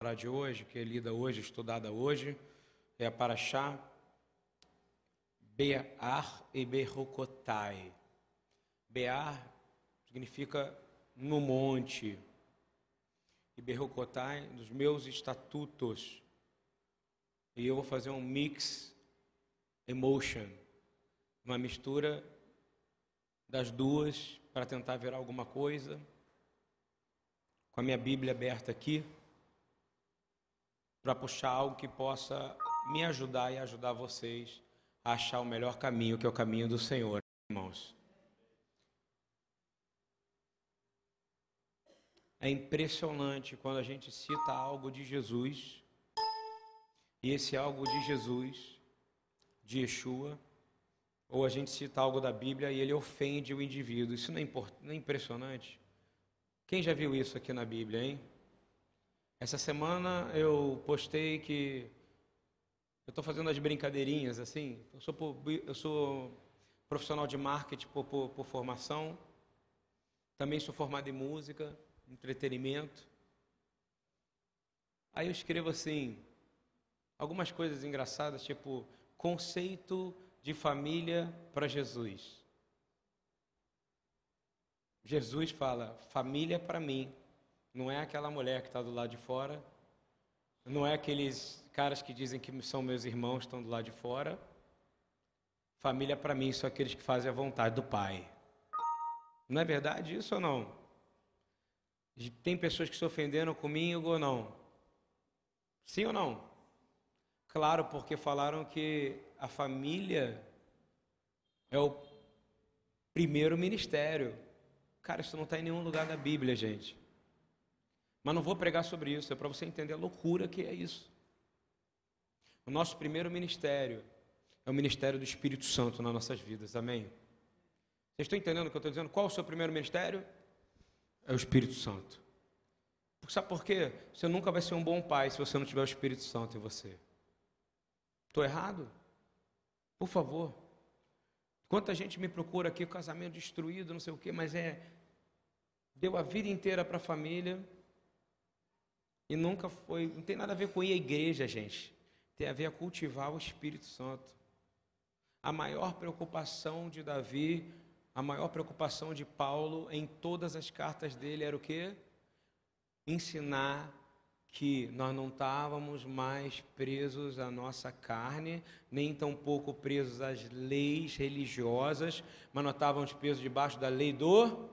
De hoje, que é lida hoje, estudada hoje, é a Parashá Be'ar e Berocotai. Be'ar significa no monte, e Berocotai, dos meus estatutos. E eu vou fazer um mix emotion, uma mistura das duas para tentar ver alguma coisa. Com a minha Bíblia aberta aqui, para puxar algo que possa me ajudar e ajudar vocês a achar o melhor caminho, que é o caminho do Senhor, irmãos. É impressionante quando a gente cita algo de Jesus, e esse algo de Jesus, de Yeshua, ou a gente cita algo da Bíblia e ele ofende o indivíduo. Isso não é impressionante? Quem já viu isso aqui na Bíblia, hein? Essa semana eu postei que eu estou fazendo as brincadeirinhas assim. Eu sou profissional de marketing por formação. Também sou formado em música, entretenimento. Aí eu escrevo assim, algumas coisas engraçadas, tipo conceito de família para Jesus. Jesus fala, família para mim. Não é aquela mulher que está do lado de fora, não é aqueles caras que dizem que são meus irmãos, estão do lado de fora. Família para mim são aqueles que fazem a vontade do Pai. Não é verdade isso ou não? Tem pessoas que se ofenderam comigo ou não? Sim ou não? Claro, porque falaram que a família é o primeiro ministério. Cara, isso não está em nenhum lugar da Bíblia, gente. Mas não vou pregar sobre isso, é para você entender a loucura que é isso. O nosso primeiro ministério é o ministério do Espírito Santo nas nossas vidas, amém? Vocês estão entendendo o que eu estou dizendo? Qual é o seu primeiro ministério? É o Espírito Santo. Sabe por quê? Você nunca vai ser um bom pai se você não tiver o Espírito Santo em você. Estou errado? Por favor. Quanta gente me procura aqui, o casamento destruído, não sei o quê, mas deu a vida inteira para a família. E nunca foi, não tem nada a ver com ir à igreja, gente. Tem a ver a cultivar o Espírito Santo. A maior preocupação de Davi, a maior preocupação de Paulo em todas as cartas dele era o quê? Ensinar que nós não estávamos mais presos à nossa carne, nem tampouco presos às leis religiosas, mas nós estávamos presos debaixo da lei do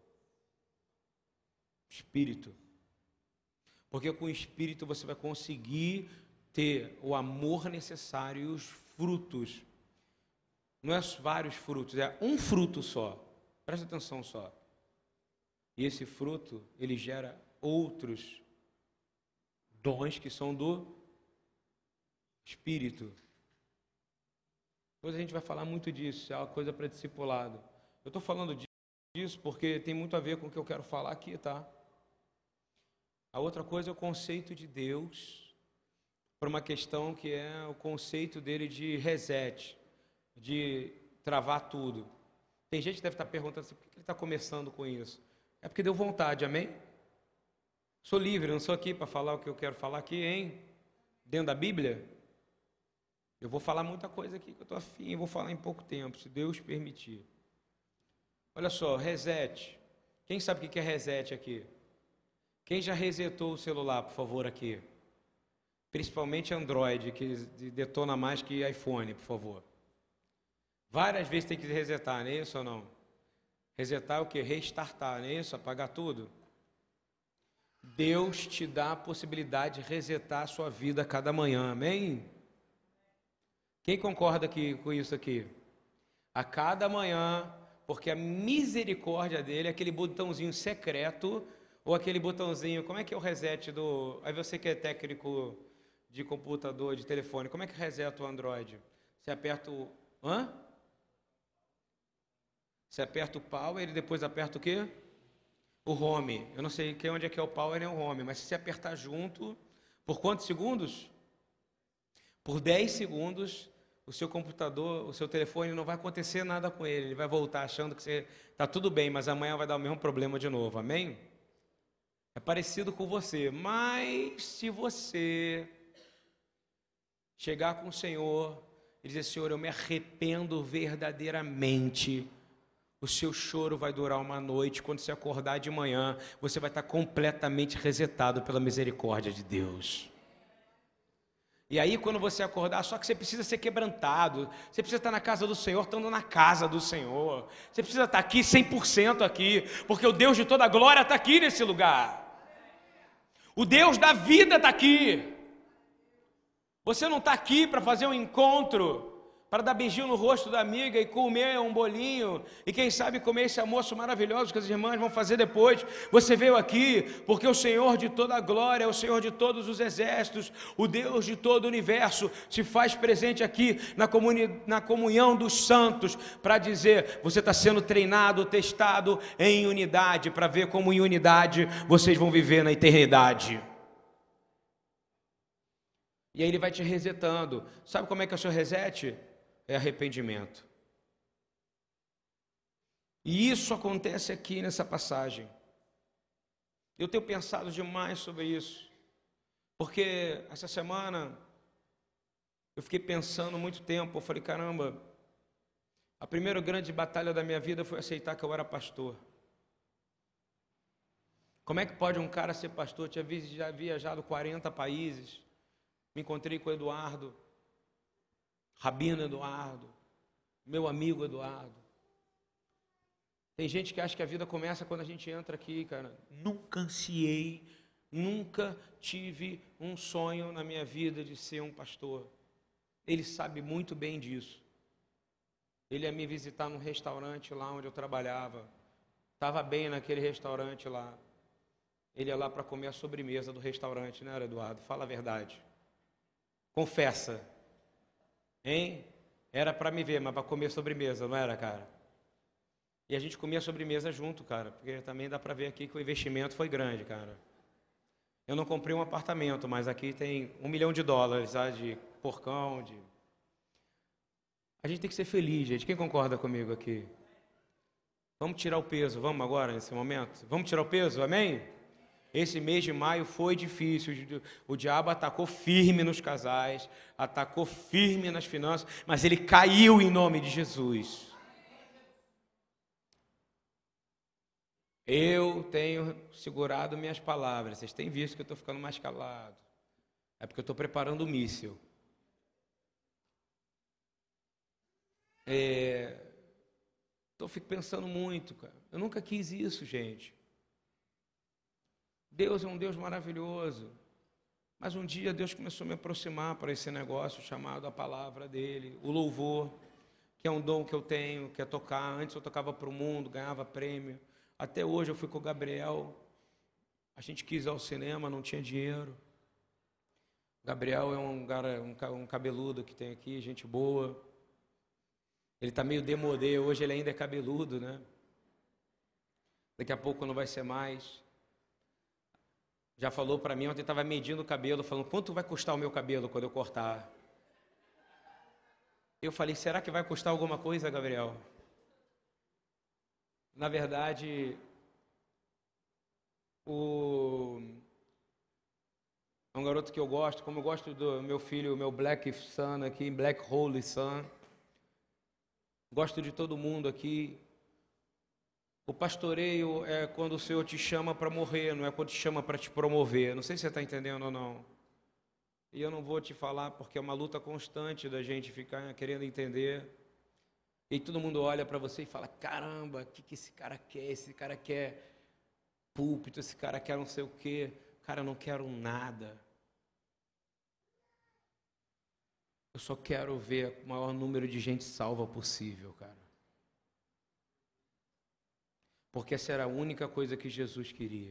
Espírito. Porque com o Espírito você vai conseguir ter o amor necessário e os frutos. Não é vários frutos, é um fruto só. Presta atenção só. E esse fruto, ele gera outros dons que são do Espírito. Depois a gente vai falar muito disso, é uma coisa para discipulado. Eu estou falando disso porque tem muito a ver com o que eu quero falar aqui, tá? A outra coisa é o conceito de Deus, para uma questão que é o conceito dele de reset, de travar tudo. Tem gente que deve estar perguntando assim, por que ele está começando com isso? É porque deu vontade, amém? Sou livre, não sou aqui para falar o que eu quero falar aqui, hein? Dentro da Bíblia. Eu vou falar muita coisa aqui que eu estou afim, vou falar em pouco tempo, se Deus permitir. Olha só, reset. Quem sabe o que é reset aqui? Quem já resetou o celular, por favor, aqui? Principalmente Android, que detona mais que iPhone, por favor. Várias vezes tem que resetar, não é isso ou não? Resetar é o quê? Restartar, não é isso? Apagar tudo? Deus te dá a possibilidade de resetar a sua vida a cada manhã, amém? Quem concorda com isso aqui? A cada manhã, porque a misericórdia dele é aquele botãozinho secreto, ou aquele botãozinho, como é que é o reset do... Aí você que é técnico de computador, de telefone, como é que reseta o Android? Você aperta o... Hã? Você aperta o power e depois aperta o quê? O home. Eu não sei onde é que é o power e o home, mas se você apertar junto, por quantos segundos? Por 10 segundos, o seu computador, o seu telefone, não vai acontecer nada com ele. Ele vai voltar achando que está tudo bem, mas amanhã vai dar o mesmo problema de novo, amém? É parecido com você, mas se você chegar com o Senhor e dizer: Senhor, eu me arrependo verdadeiramente, o seu choro vai durar uma noite. Quando você acordar de manhã, você vai estar completamente resetado pela misericórdia de Deus. E aí, quando você acordar, só que você precisa ser quebrantado, você precisa estar na casa do Senhor, estando na casa do Senhor, você precisa estar aqui 100% aqui, porque o Deus de toda glória está aqui nesse lugar, o Deus da vida está aqui. Você não está aqui para fazer um encontro, para dar beijinho no rosto da amiga e comer um bolinho, e quem sabe comer esse almoço maravilhoso que as irmãs vão fazer depois. Você veio aqui porque o Senhor de toda a glória, é o Senhor de todos os exércitos, o Deus de todo o universo, se faz presente aqui na comunhão dos santos, para dizer: você está sendo treinado, testado em unidade, para ver como em unidade vocês vão viver na eternidade. E aí ele vai te resetando. Sabe como é que é o seu reset? É arrependimento. E isso acontece aqui nessa passagem. Eu tenho pensado demais sobre isso, porque essa semana eu fiquei pensando muito tempo. Eu falei: caramba, a primeira grande batalha da minha vida foi aceitar que eu era pastor. Como é que pode um cara ser pastor? Eu tinha já viajado 40 países, me encontrei com o Eduardo, Rabino Eduardo, meu amigo Eduardo. Tem gente que acha que a vida começa quando a gente entra aqui, cara. Nunca ansiei, nunca tive um sonho na minha vida de ser um pastor. Ele sabe muito bem disso. Ele ia me visitar num restaurante lá onde eu trabalhava. Estava bem naquele restaurante lá. Ele ia lá para comer a sobremesa do restaurante, não era, Eduardo? Fala a verdade. Confessa. Hein? Era para me ver, mas para comer sobremesa, não era, cara? E a gente comia sobremesa junto, cara, porque também dá para ver aqui que o investimento foi grande, cara. Eu não comprei um apartamento, mas aqui tem $1 milhão, sabe, de porcão, de... A gente tem que ser feliz, gente. Quem concorda comigo aqui? Vamos tirar o peso, vamos agora, nesse momento? Vamos tirar o peso, amém? Esse mês de maio foi difícil, o diabo atacou firme nos casais, atacou firme nas finanças, mas ele caiu em nome de Jesus. Eu tenho segurado minhas palavras, vocês têm visto que eu estou ficando mais calado, é porque eu estou preparando o míssil. Fico pensando muito, cara, eu nunca quis isso, gente. Deus é um Deus maravilhoso, mas um dia Deus começou a me aproximar para esse negócio chamado a palavra dele, o louvor, que é um dom que eu tenho, que é tocar. Antes eu tocava para o mundo, ganhava prêmio, até hoje eu fui com o Gabriel, a gente quis ir ao cinema, não tinha dinheiro. O Gabriel é um cabeludo que tem aqui, gente boa, ele está meio demodê, hoje ele ainda é cabeludo, né? Daqui a pouco não vai ser mais. Já falou para mim, ontem estava medindo o cabelo, falando: quanto vai custar o meu cabelo quando eu cortar? Eu falei: será que vai custar alguma coisa, Gabriel? Na verdade, é um garoto que eu gosto, como eu gosto do meu filho, o meu Black Son aqui, Black Holy Son. Gosto de todo mundo aqui. O pastoreio é quando o Senhor te chama para morrer, não é quando te chama para te promover. Não sei se você está entendendo ou não. E eu não vou te falar porque é uma luta constante da gente ficar querendo entender. E todo mundo olha para você e fala: caramba, o que esse cara quer? Esse cara quer púlpito, esse cara quer não sei o quê. Cara, eu não quero nada. Eu só quero ver o maior número de gente salva possível, cara. Porque essa era a única coisa que Jesus queria.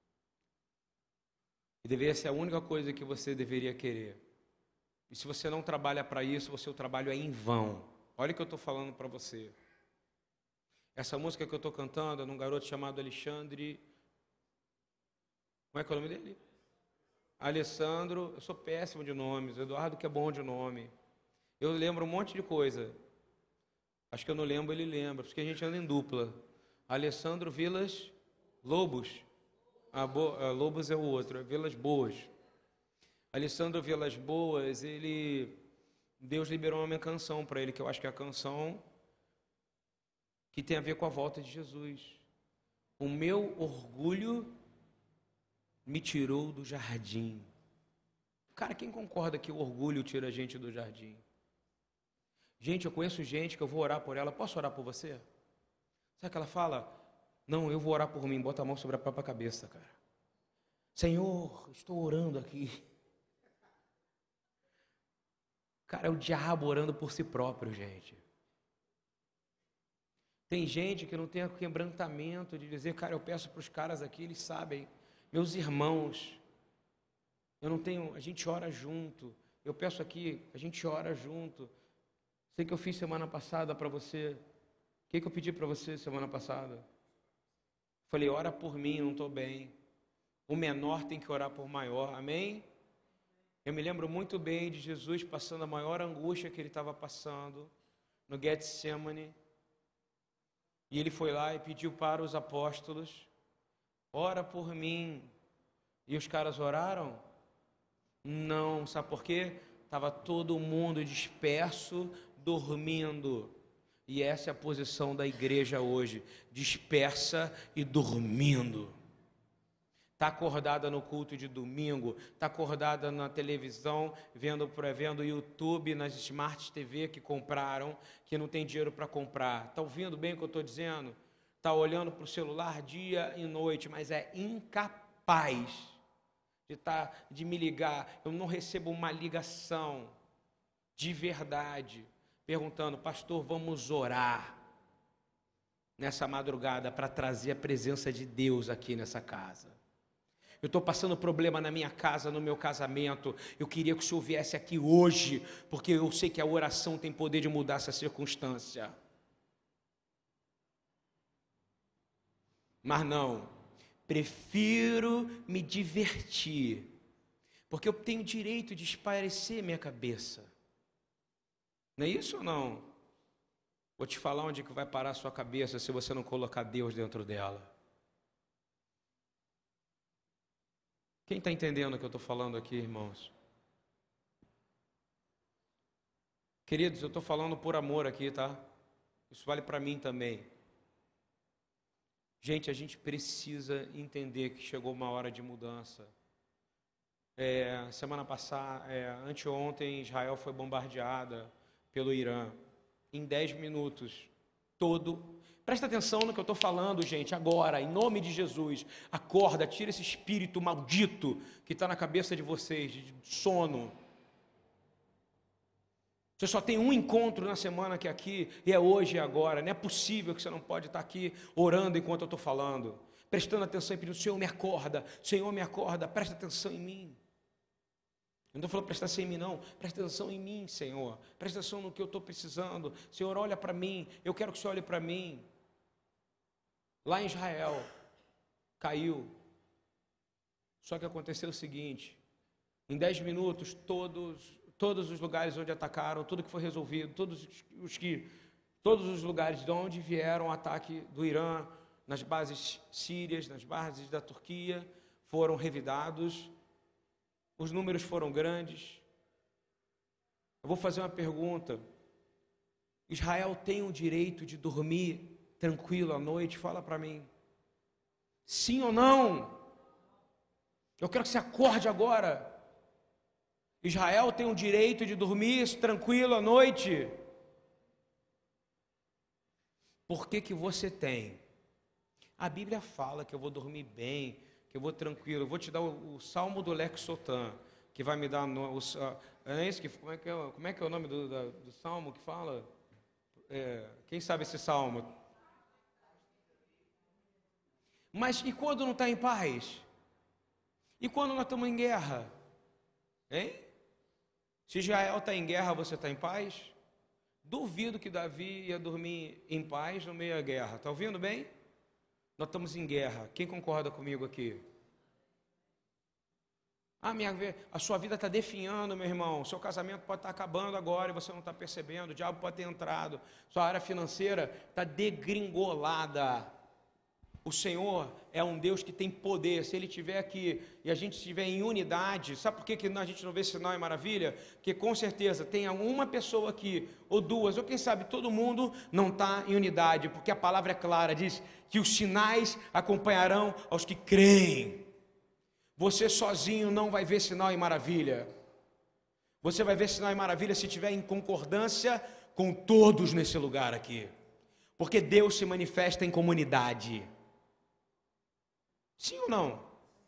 E deveria ser a única coisa que você deveria querer. E se você não trabalha para isso, o seu trabalho é em vão. Olha o que eu estou falando para você. Essa música que eu estou cantando é de um garoto chamado Alexandre. Como é que é o nome dele? Alessandro. Eu sou péssimo de nomes. Eduardo que é bom de nome. Eu lembro um monte de coisa. Acho que eu não lembro, ele lembra. Porque a gente anda em dupla. Alessandro Vilas Lobos. A Lobos é o outro, é Vilas Boas. Alessandro Vilas Boas, Deus liberou uma canção para ele, que eu acho que é a canção que tem a ver com a volta de Jesus. O meu orgulho me tirou do jardim. Cara, quem concorda que o orgulho tira a gente do jardim? Gente, eu conheço gente que eu vou orar por ela. Posso orar por você? Sabe que ela fala? Não, eu vou orar por mim. Bota a mão sobre a própria cabeça, cara. Senhor, estou orando aqui. Cara, é o diabo orando por si próprio, gente. Tem gente que não tem o quebrantamento de dizer, cara, eu peço para os caras aqui, eles sabem, meus irmãos, eu não tenho, a gente ora junto, eu peço aqui, a gente ora junto. Sei que eu fiz semana passada para você, o que eu pedi para você semana passada? Falei, ora por mim, não estou bem. O menor tem que orar por o maior, amém? Eu me lembro muito bem de Jesus passando a maior angústia que ele estava passando no Getsemane. E ele foi lá e pediu para os apóstolos, ora por mim. E os caras oraram? Não, sabe por quê? Estava todo mundo disperso, dormindo. E essa é a posição da igreja hoje, dispersa e dormindo. Está acordada no culto de domingo, está acordada na televisão, vendo YouTube, nas Smart TV que compraram, que não tem dinheiro para comprar. Está ouvindo bem o que eu estou dizendo? Está olhando para o celular dia e noite, mas é incapaz de me ligar. Eu não recebo uma ligação de verdade, perguntando, pastor, vamos orar nessa madrugada para trazer a presença de Deus aqui nessa casa. Eu estou passando problema na minha casa, no meu casamento. Eu queria que o Senhor viesse aqui hoje, porque eu sei que a oração tem poder de mudar essa circunstância. Mas não, prefiro me divertir, porque eu tenho direito de espairecer minha cabeça. Não é isso ou não? Vou te falar onde que vai parar a sua cabeça se você não colocar Deus dentro dela. Quem está entendendo o que eu estou falando aqui, irmãos? Queridos, eu estou falando por amor aqui, tá? Isso vale para mim também. Gente, a gente precisa entender que chegou uma hora de mudança. Semana passada, anteontem, Israel foi bombardeada pelo Irã. Em 10 minutos, presta atenção no que eu estou falando, gente, agora, em nome de Jesus. Acorda, tira esse espírito maldito que está na cabeça de vocês, de sono. Você só tem um encontro na semana que é aqui, e é hoje e agora. Não é possível que você não pode estar aqui orando enquanto eu estou falando, prestando atenção e pedindo, Senhor, me acorda, presta atenção em mim. Não estou falando presta atenção em mim, não. Presta atenção em mim, Senhor. Presta atenção no que eu estou precisando. Senhor, olha para mim. Eu quero que o Senhor olhe para mim. Lá em Israel, caiu. Só que aconteceu o seguinte. Em 10 minutos, todos os lugares onde atacaram, tudo que foi resolvido, todos os lugares de onde vieram o ataque do Irã, nas bases sírias, nas bases da Turquia, foram revidados. Os números foram grandes. Eu vou fazer uma pergunta. Israel tem o direito de dormir tranquilo à noite? Fala para mim. Sim ou não? Eu quero que você acorde agora. Israel tem o direito de dormir tranquilo à noite? Por que que tem? A Bíblia fala que eu vou dormir bem, que eu vou tranquilo. Eu vou te dar o Salmo do Lex Sotan, que vai me dar como é que é o nome do Salmo que fala? Quem sabe esse Salmo? Mas e quando não está em paz? E quando nós estamos em guerra? Hein? Se Israel está em guerra, você está em paz? Duvido que Davi ia dormir em paz no meio da guerra. Está ouvindo bem? Nós estamos em guerra. Quem concorda comigo aqui? A sua vida está definhando, meu irmão. Seu casamento pode estar acabando agora e você não está percebendo. O diabo pode ter entrado. Sua área financeira está degringolada. O Senhor é um Deus que tem poder. Se Ele estiver aqui e a gente estiver em unidade, sabe por que a gente não vê sinal e maravilha? Porque com certeza tem uma pessoa aqui, ou duas, ou quem sabe todo mundo não está em unidade, porque a palavra é clara, diz que os sinais acompanharão aos que creem. Você sozinho não vai ver sinal e maravilha. Você vai ver sinal e maravilha se estiver em concordância com todos nesse lugar aqui. Porque Deus se manifesta em comunidade. Sim ou não?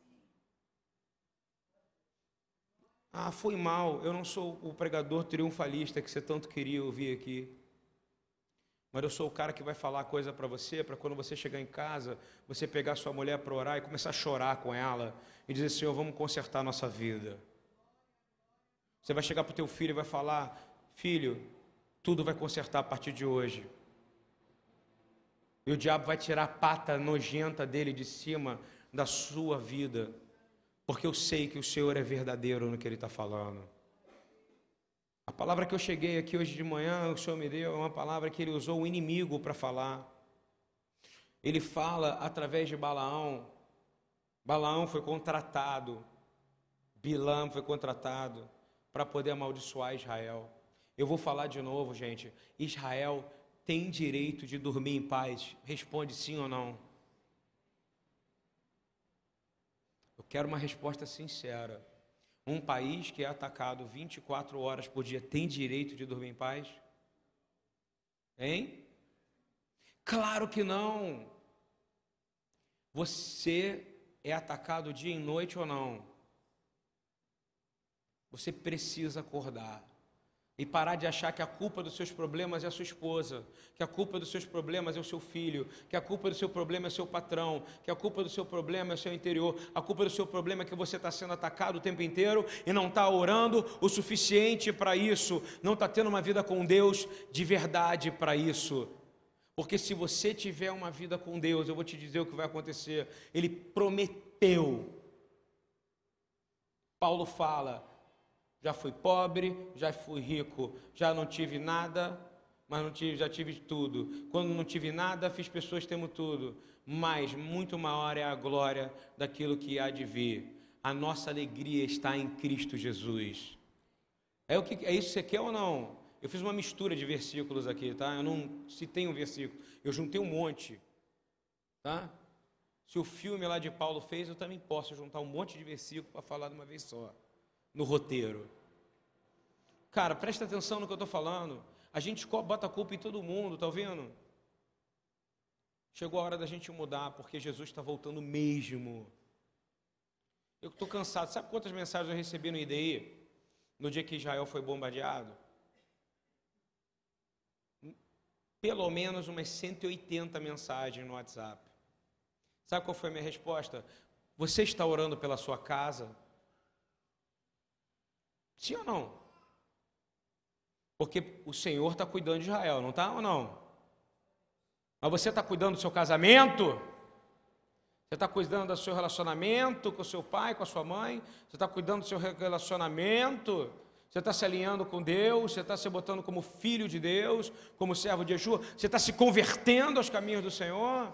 Ah, foi mal, eu não sou o pregador triunfalista que você tanto queria ouvir aqui. Mas eu sou o cara que vai falar coisa para você, para quando você chegar em casa, você pegar sua mulher para orar e começar a chorar com ela e dizer: Senhor, vamos consertar a nossa vida. Você vai chegar para o teu filho e vai falar: filho, tudo vai consertar a partir de hoje. E o diabo vai tirar a pata nojenta dele de cima da sua vida, porque eu sei que o Senhor é verdadeiro no que Ele está falando. A palavra que eu cheguei aqui hoje de manhã, o Senhor me deu, é uma palavra que Ele usou o inimigo para falar. Ele fala através de Balaão. Balaão foi contratado, Bilã foi contratado para poder amaldiçoar Israel. Eu vou falar de novo, gente. Israel tem direito de dormir em paz? Responde sim ou não. Eu quero uma resposta sincera. Um país que é atacado 24 horas por dia tem direito de dormir em paz? Hein? Claro que não. Você é atacado dia e noite ou não? Você precisa acordar e parar de achar que a culpa dos seus problemas é a sua esposa, que a culpa dos seus problemas é o seu filho, que a culpa do seu problema é o seu patrão, que a culpa do seu problema é o seu interior, a culpa do seu problema é que você está sendo atacado o tempo inteiro e não está orando o suficiente para isso, não está tendo uma vida com Deus de verdade para isso. Porque se você tiver uma vida com Deus, eu vou te dizer o que vai acontecer. Ele prometeu. Paulo fala: já fui pobre, já fui rico, já não tive nada, mas já tive tudo. Quando não tive nada, fiz pessoas tendo tudo. Mas muito maior é a glória daquilo que há de vir. A nossa alegria está em Cristo Jesus. É isso que você quer ou não? Eu fiz uma mistura de versículos aqui, tá? Eu não citei um versículo, eu juntei um monte, tá? Se o filme lá de Paulo fez, eu também posso juntar um monte de versículos para falar de uma vez só. No roteiro. Cara, presta atenção no que eu estou falando. A gente bota a culpa em todo mundo, tá ouvindo? Chegou a hora da gente mudar, porque Jesus está voltando mesmo. Eu estou cansado. Sabe quantas mensagens eu recebi no IDI no dia que Israel foi bombardeado? Pelo menos umas 180 mensagens no WhatsApp. Sabe qual foi a minha resposta? Você está orando pela sua casa? Sim ou não? Porque o Senhor está cuidando de Israel, não está ou não? Mas você está cuidando do seu casamento? Você está cuidando do seu relacionamento com o seu pai, com a sua mãe? Você está cuidando do seu relacionamento? Você está se alinhando com Deus? Você está se botando como filho de Deus, como servo de Yeshua? Você está se convertendo aos caminhos do Senhor?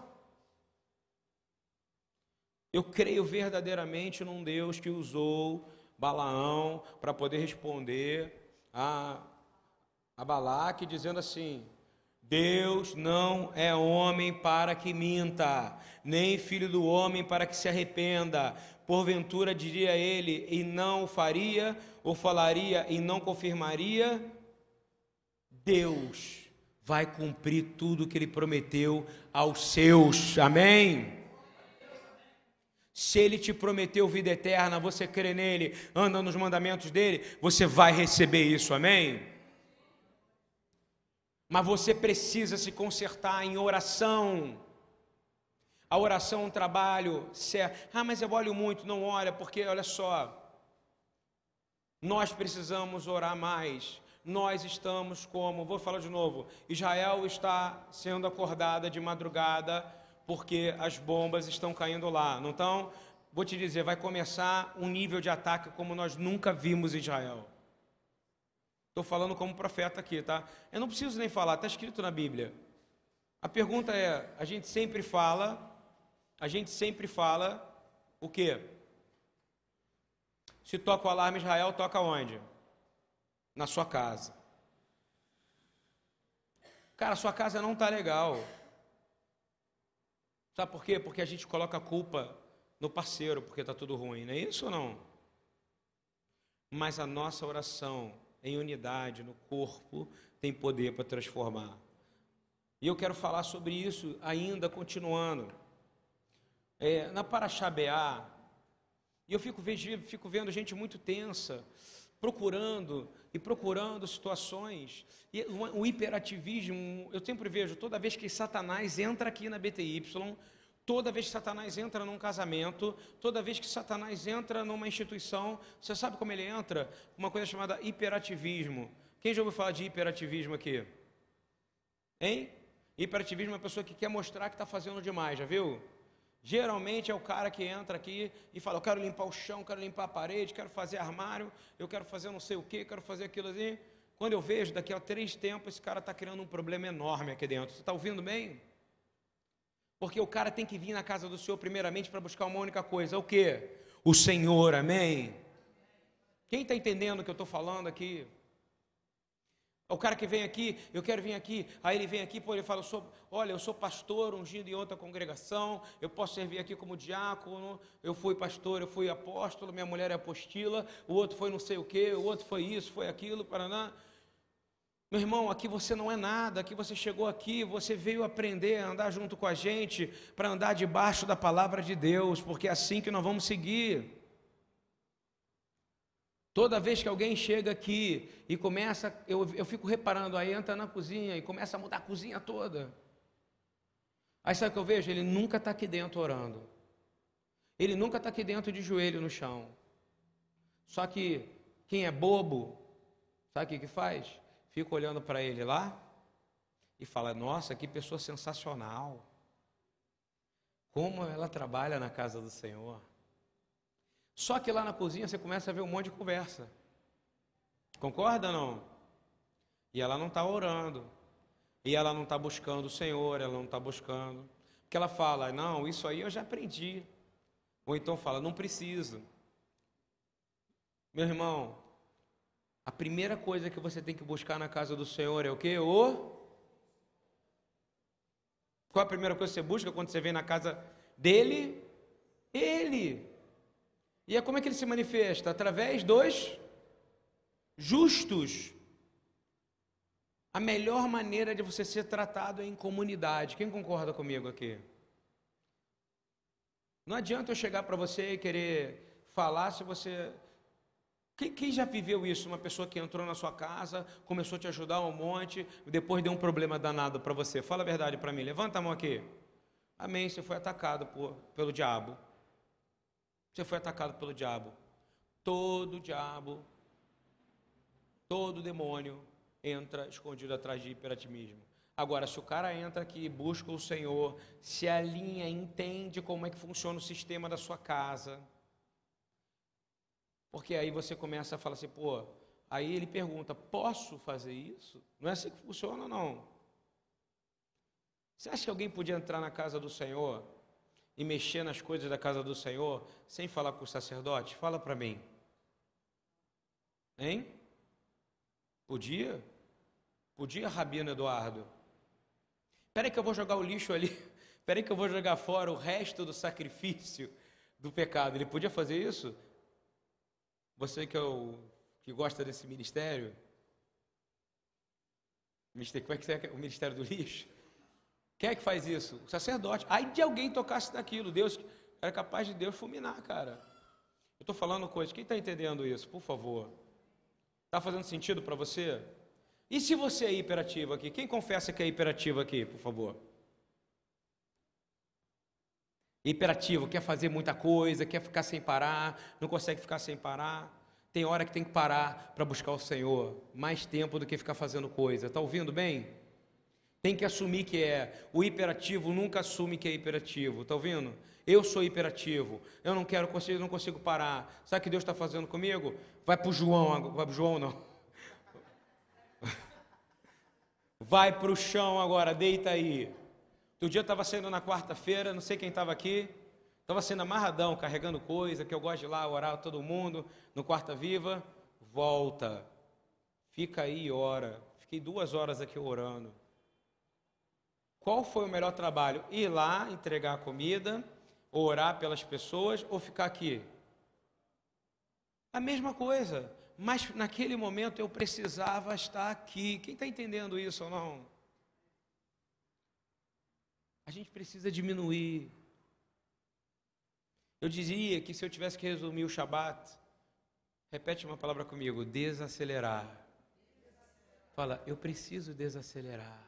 Eu creio verdadeiramente num Deus que usou Balaão para poder responder a Balaque, dizendo assim: Deus não é homem para que minta, nem filho do homem para que se arrependa. Porventura diria ele, e não o faria, ou falaria e não confirmaria? Deus vai cumprir tudo o que Ele prometeu aos seus. Amém? Se Ele te prometeu vida eterna, você crê nele, anda nos mandamentos dele, você vai receber isso, amém? Mas você precisa se consertar em oração. A oração é um trabalho certo. Ah, mas eu olho muito. Não olha, porque olha só, nós precisamos orar mais. Nós estamos como, vou falar de novo, Israel está sendo acordada de madrugada porque as bombas estão caindo lá, não estão? Vou te dizer, vai começar um nível de ataque como nós nunca vimos em Israel. Estou falando como profeta aqui, tá? Eu não preciso nem falar, está escrito na Bíblia. A pergunta é, a gente sempre fala, a gente sempre fala o quê? Se toca o alarme Israel, toca onde? Na sua casa. Cara, sua casa não está legal. Sabe por quê? Porque a gente coloca a culpa no parceiro, porque está tudo ruim, não é isso ou não? Mas a nossa oração em unidade, no corpo, tem poder para transformar. E eu quero falar sobre isso ainda continuando. Na Parashá Beá, e eu fico vendo gente muito tensa, procurando situações, e o hiperativismo, eu sempre vejo, toda vez que Satanás entra aqui na BTY, toda vez que Satanás entra num casamento, toda vez que Satanás entra numa instituição, você sabe como ele entra? Uma coisa chamada hiperativismo. Quem já ouviu falar de hiperativismo aqui? Hein? Hiperativismo é uma pessoa que quer mostrar que está fazendo demais, já viu? Geralmente é o cara que entra aqui e fala, eu quero limpar o chão, quero limpar a parede, quero fazer armário, eu quero fazer não sei o que, quero fazer aquilo assim. Quando eu vejo, daqui a 3 tempos, esse cara está criando um problema enorme aqui dentro. Você está ouvindo bem? Porque o cara tem que vir na casa do Senhor primeiramente para buscar uma única coisa, o quê? O Senhor, amém? Quem está entendendo o que eu estou falando aqui? O cara que vem aqui, eu quero vir aqui, aí ele vem aqui, ele fala, eu sou pastor ungido em outra congregação, eu posso servir aqui como diácono, eu fui pastor, eu fui apóstolo, minha mulher é apostila, o outro foi não sei o que, o outro foi isso, foi aquilo, paraná. Meu irmão, aqui você não é nada, aqui você chegou aqui, você veio aprender a andar junto com a gente, para andar debaixo da palavra de Deus, porque é assim que nós vamos seguir. Toda vez que alguém chega aqui e começa, eu fico reparando, aí entra na cozinha e começa a mudar a cozinha toda. Aí sabe o que eu vejo? Ele nunca está aqui dentro orando. Ele nunca está aqui dentro de joelho no chão. Só que quem é bobo, sabe o que faz? Fica olhando para ele lá e fala, nossa, que pessoa sensacional. Como ela trabalha na casa do Senhor. Só que lá na cozinha você começa a ver um monte de conversa. Concorda ou não? E ela não está orando. E ela não está buscando o Senhor, ela não está buscando. Porque ela fala, não, isso aí eu já aprendi. Ou então fala, não preciso. Meu irmão, a primeira coisa que você tem que buscar na casa do Senhor é o quê? Qual a primeira coisa que você busca quando você vem na casa dele? Ele. E como é que ele se manifesta? Através dos justos. A melhor maneira de você ser tratado é em comunidade. Quem concorda comigo aqui? Não adianta eu chegar para você e querer falar se você... Quem já viveu isso? Uma pessoa que entrou na sua casa, começou a te ajudar um monte, depois deu um problema danado para você. Fala a verdade para mim. Levanta a mão aqui. Amém, você foi atacado pelo diabo. Você foi atacado pelo diabo. Todo diabo, todo demônio entra escondido atrás de hiperativismo. Agora, se o cara entra aqui, busca o Senhor, se alinha, entende como é que funciona o sistema da sua casa. Porque aí você começa a falar assim, aí ele pergunta, posso fazer isso? Não é assim que funciona, não. Você acha que alguém podia entrar na casa do Senhor e mexer nas coisas da casa do Senhor, sem falar com o sacerdote? Fala para mim. Hein? Podia? Podia, Rabino Eduardo? Espera aí que eu vou jogar o lixo ali. Espera aí que eu vou jogar fora o resto do sacrifício do pecado. Ele podia fazer isso? Você que gosta desse ministério? Como é que é o ministério do lixo? Quem é que faz isso? O sacerdote. Aí de alguém tocasse naquilo, Deus era capaz de Deus fulminar, cara. Eu estou falando coisas. Quem está entendendo isso? Por favor. Está fazendo sentido para você? E se você é hiperativo aqui? Quem confessa que é hiperativo aqui, por favor? Hiperativo, quer fazer muita coisa, quer ficar sem parar, não consegue ficar sem parar. Tem hora que tem que parar para buscar o Senhor. Mais tempo do que ficar fazendo coisa. Está ouvindo bem? Tem que assumir que é. O hiperativo nunca assume que é hiperativo. Está ouvindo? Eu sou hiperativo. Eu não consigo parar. Sabe o que Deus está fazendo comigo? Vai para o João. Vai para o João, não. Vai para o chão agora. Deita aí. Outro dia eu estava saindo na quarta-feira, não sei quem estava aqui, estava sendo amarradão, carregando coisa, que eu gosto de ir lá orar todo mundo, no Quarta Viva, volta, fica aí e ora. Fiquei 2 horas aqui orando. Qual foi o melhor trabalho? Ir lá, entregar a comida, orar pelas pessoas ou ficar aqui? A mesma coisa, mas naquele momento eu precisava estar aqui. Quem está entendendo isso ou não? A gente precisa diminuir. Eu dizia que se eu tivesse que resumir o Shabat, repete uma palavra comigo, desacelerar. Fala, eu preciso desacelerar.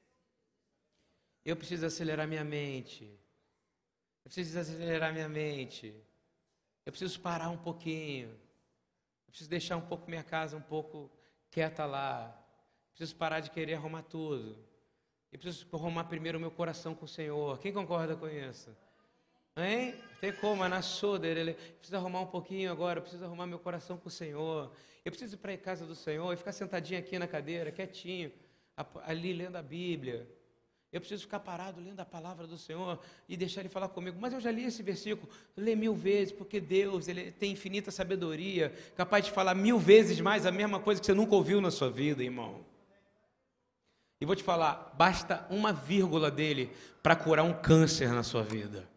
Eu preciso acelerar minha mente. Eu preciso desacelerar minha mente. Eu preciso parar um pouquinho. Eu preciso deixar um pouco minha casa um pouco quieta lá. Eu preciso parar de querer arrumar tudo. Eu preciso arrumar primeiro o meu coração com o Senhor. Quem concorda com isso? Hein? Tem como, na soda, ele precisa arrumar um pouquinho agora, eu preciso arrumar meu coração com o Senhor. Eu preciso ir para a casa do Senhor e ficar sentadinho aqui na cadeira, quietinho, ali lendo a Bíblia. Eu preciso ficar parado lendo a palavra do Senhor e deixar Ele falar comigo. Mas eu já li esse versículo, lê 1000 vezes, porque Deus, Ele tem infinita sabedoria, capaz de falar 1000 vezes mais a mesma coisa que você nunca ouviu na sua vida, irmão. E vou te falar, basta uma vírgula dele para curar um câncer na sua vida.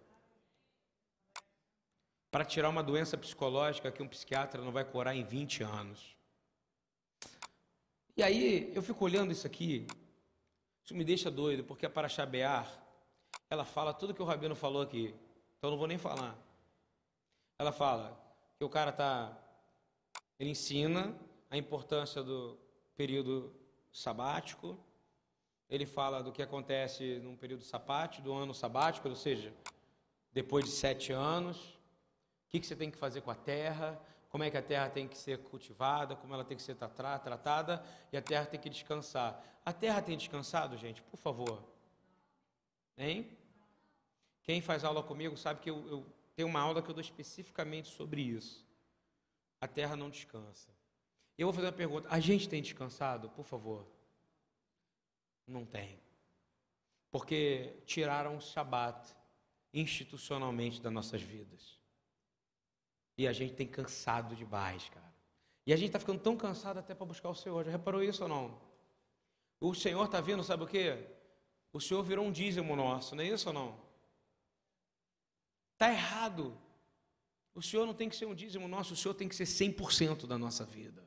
Para tirar uma doença psicológica que um psiquiatra não vai curar em 20 anos. E aí, eu fico olhando isso aqui, isso me deixa doido, porque a Parashá Be'ar, ela fala tudo que o Rabino falou aqui, então eu não vou nem falar. Ela fala que o cara ele ensina a importância do período sabático, ele fala do que acontece num período sabático, do ano sabático, ou seja, depois de 7 anos, o que você tem que fazer com a terra, como é que a terra tem que ser cultivada, como ela tem que ser tratada, e a terra tem que descansar. A terra tem descansado, gente? Por favor. Hein? Quem faz aula comigo sabe que eu tenho uma aula que eu dou especificamente sobre isso. A terra não descansa. Eu vou fazer uma pergunta. A gente tem descansado? Por favor. Não tem. Porque tiraram o Shabat institucionalmente das nossas vidas. E a gente tem cansado demais, cara. E a gente está ficando tão cansado até para buscar o Senhor. Já reparou isso ou não? O Senhor está vindo, sabe o quê? O Senhor virou um dízimo nosso, não é isso ou não? Está errado. O Senhor não tem que ser um dízimo nosso, o Senhor tem que ser 100% da nossa vida.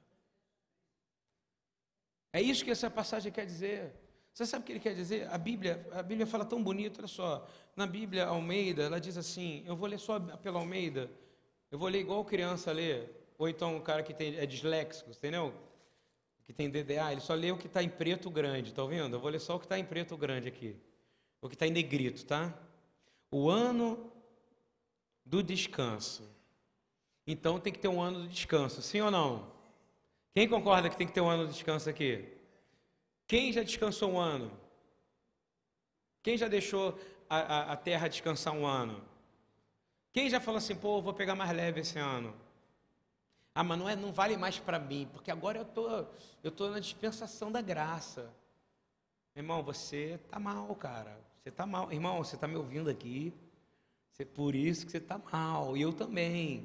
É isso que essa passagem quer dizer. Você sabe o que ele quer dizer? A Bíblia fala tão bonito, olha só. Na Bíblia Almeida, ela diz assim, eu vou ler só pela Almeida, eu vou ler igual criança lê, ou então o cara que é disléxico, entendeu? Que tem DDA, ele só lê o que está em preto grande, tá ouvindo? Eu vou ler só o que está em preto grande aqui, o que está em negrito, tá? O ano do descanso. Então tem que ter um ano do descanso, sim ou não? Quem concorda que tem que ter um ano de descanso aqui? Quem já descansou um ano? Quem já deixou a terra descansar um ano? Quem já falou assim, pô, vou pegar mais leve esse ano? Ah, mas não vale mais para mim, porque agora eu tô na dispensação da graça. Irmão, você tá mal, cara. Você tá mal. Irmão, você tá me ouvindo aqui. Por isso que você tá mal. E eu também.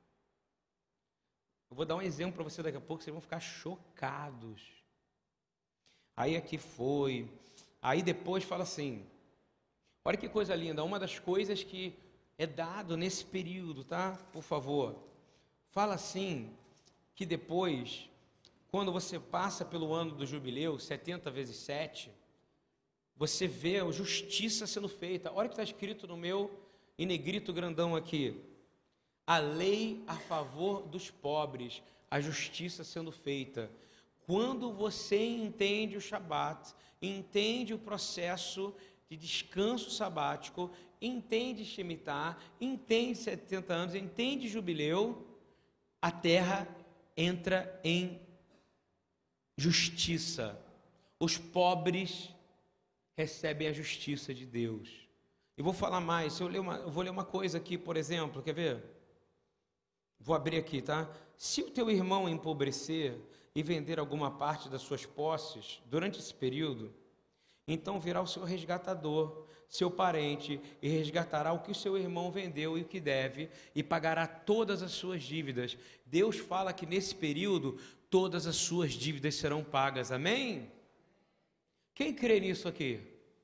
Eu vou dar um exemplo para você daqui a pouco, vocês vão ficar chocados. Aí aqui foi. Aí depois fala assim, olha que coisa linda, uma das coisas que é dado nesse período, tá? Por favor. Fala assim, que depois, quando você passa pelo ano do jubileu, 70 vezes 7, você vê a justiça sendo feita. Olha o que está escrito no meu, em negrito grandão aqui. A lei a favor dos pobres, a justiça sendo feita. Quando você entende o Shabat, entende o processo de descanso sabático, entende Shemitah, entende 70 anos, entende jubileu, a terra entra em justiça. Os pobres recebem a justiça de Deus. Eu vou falar mais, eu vou ler uma coisa aqui, por exemplo, quer ver? Vou abrir aqui, tá? Se o teu irmão empobrecer e vender alguma parte das suas posses durante esse período, Então virá o seu resgatador, seu parente, e resgatará o que o seu irmão vendeu e o que deve, e pagará todas as suas dívidas. Deus fala que nesse período todas as suas dívidas serão pagas. Amém? Quem crê nisso aqui?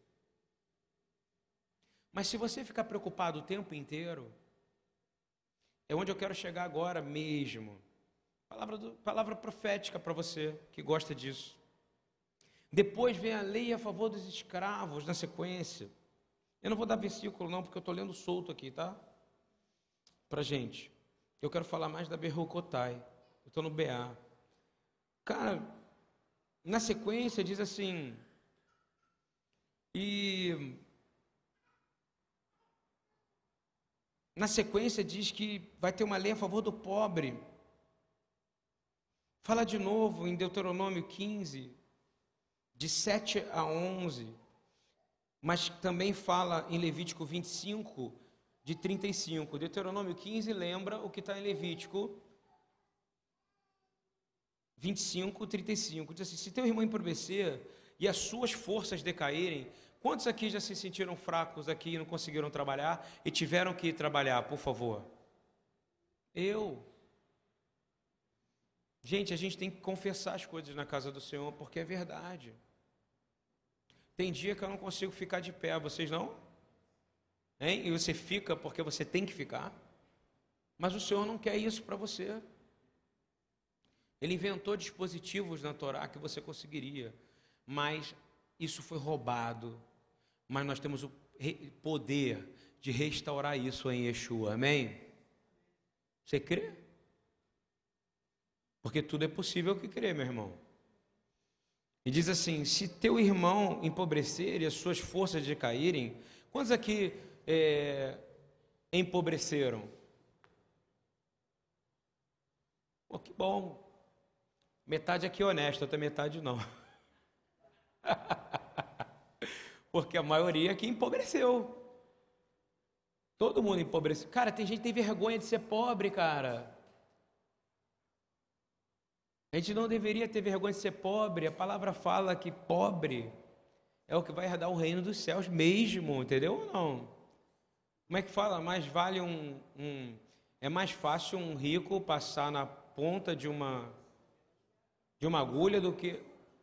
Mas se você ficar preocupado o tempo inteiro, é onde eu quero chegar agora mesmo. Palavra profética para você que gosta disso. Depois vem a lei a favor dos escravos, na sequência. Eu não vou dar versículo não, porque eu estou lendo solto aqui, tá? Para gente. Eu quero falar mais da Berrocotai. Eu estou no BA. Cara, na sequência diz assim... E... Na sequência diz que vai ter uma lei a favor do pobre. Fala de novo em Deuteronômio 15... de 7 a 11, mas também fala em Levítico 25, de 35. Deuteronômio 15 lembra o que está em Levítico 25, 35. Diz assim: se teu irmão empobrecer e as suas forças decaírem, quantos aqui já se sentiram fracos aqui e não conseguiram trabalhar e tiveram que ir trabalhar, por favor? Eu. Gente, a gente tem que confessar as coisas na casa do Senhor, porque é verdade. Tem dia que eu não consigo ficar de pé, vocês não? Hein? E você fica porque você tem que ficar. Mas o Senhor não quer isso para você. Ele inventou dispositivos na Torá que você conseguiria. Mas isso foi roubado. Mas nós temos o poder de restaurar isso em Yeshua. Amém? Você crê? Porque tudo é possível que crê, meu irmão. E diz assim: se teu irmão empobrecer e as suas forças decaírem, quantos aqui empobreceram? Pô, que bom. Metade aqui é honesta, outra metade não. Porque a maioria aqui empobreceu. Todo mundo empobreceu. Cara, tem gente que tem vergonha de ser pobre, cara. A gente não deveria ter vergonha de ser pobre. A palavra fala que pobre é o que vai herdar o reino dos céus mesmo, entendeu ou não? Como é que fala? Mais vale é mais fácil um rico passar na ponta de uma agulha do que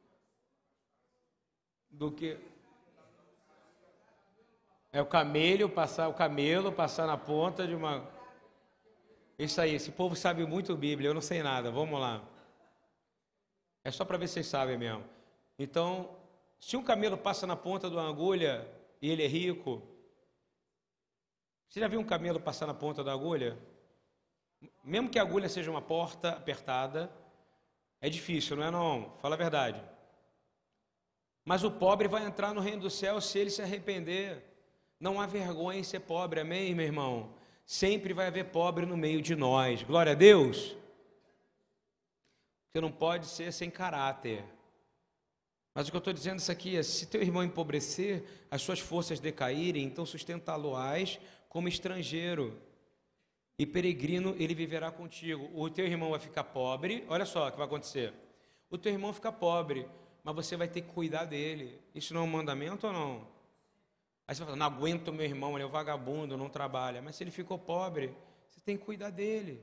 o camelo passar na ponta de uma. Isso aí, esse povo sabe muito Bíblia, eu não sei nada. Vamos lá. É só para ver se vocês sabem mesmo. Então, se um camelo passa na ponta de uma agulha e ele é rico, você já viu um camelo passar na ponta da agulha? Mesmo que a agulha seja uma porta apertada, é difícil, não é não? Fala a verdade. Mas o pobre vai entrar no reino do céu se ele se arrepender. Não há vergonha em ser pobre, amém, meu irmão? Sempre vai haver pobre no meio de nós. Glória a Deus. Você não pode ser sem caráter. Mas o que eu estou dizendo isso aqui é: se teu irmão empobrecer, as suas forças decaírem, então sustentá-lo-ás como estrangeiro. E peregrino ele viverá contigo. O teu irmão vai ficar pobre, olha só o que vai acontecer. O teu irmão fica pobre, mas você vai ter que cuidar dele. Isso não é um mandamento ou não? Aí você vai falar: não aguento meu irmão, ele é um vagabundo, não trabalha. Mas se ele ficou pobre, você tem que cuidar dele.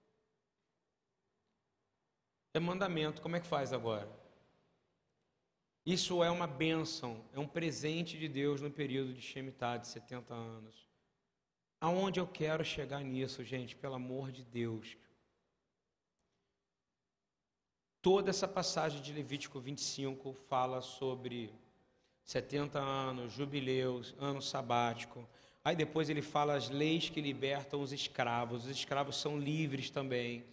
É mandamento, como é que faz agora? Isso é uma bênção, é um presente de Deus no período de Shemitah, de 70 anos. Aonde eu quero chegar nisso, gente, pelo amor de Deus? Toda essa passagem de Levítico 25 fala sobre 70 anos, jubileus, ano sabático. Aí depois ele fala as leis que libertam os escravos são livres também.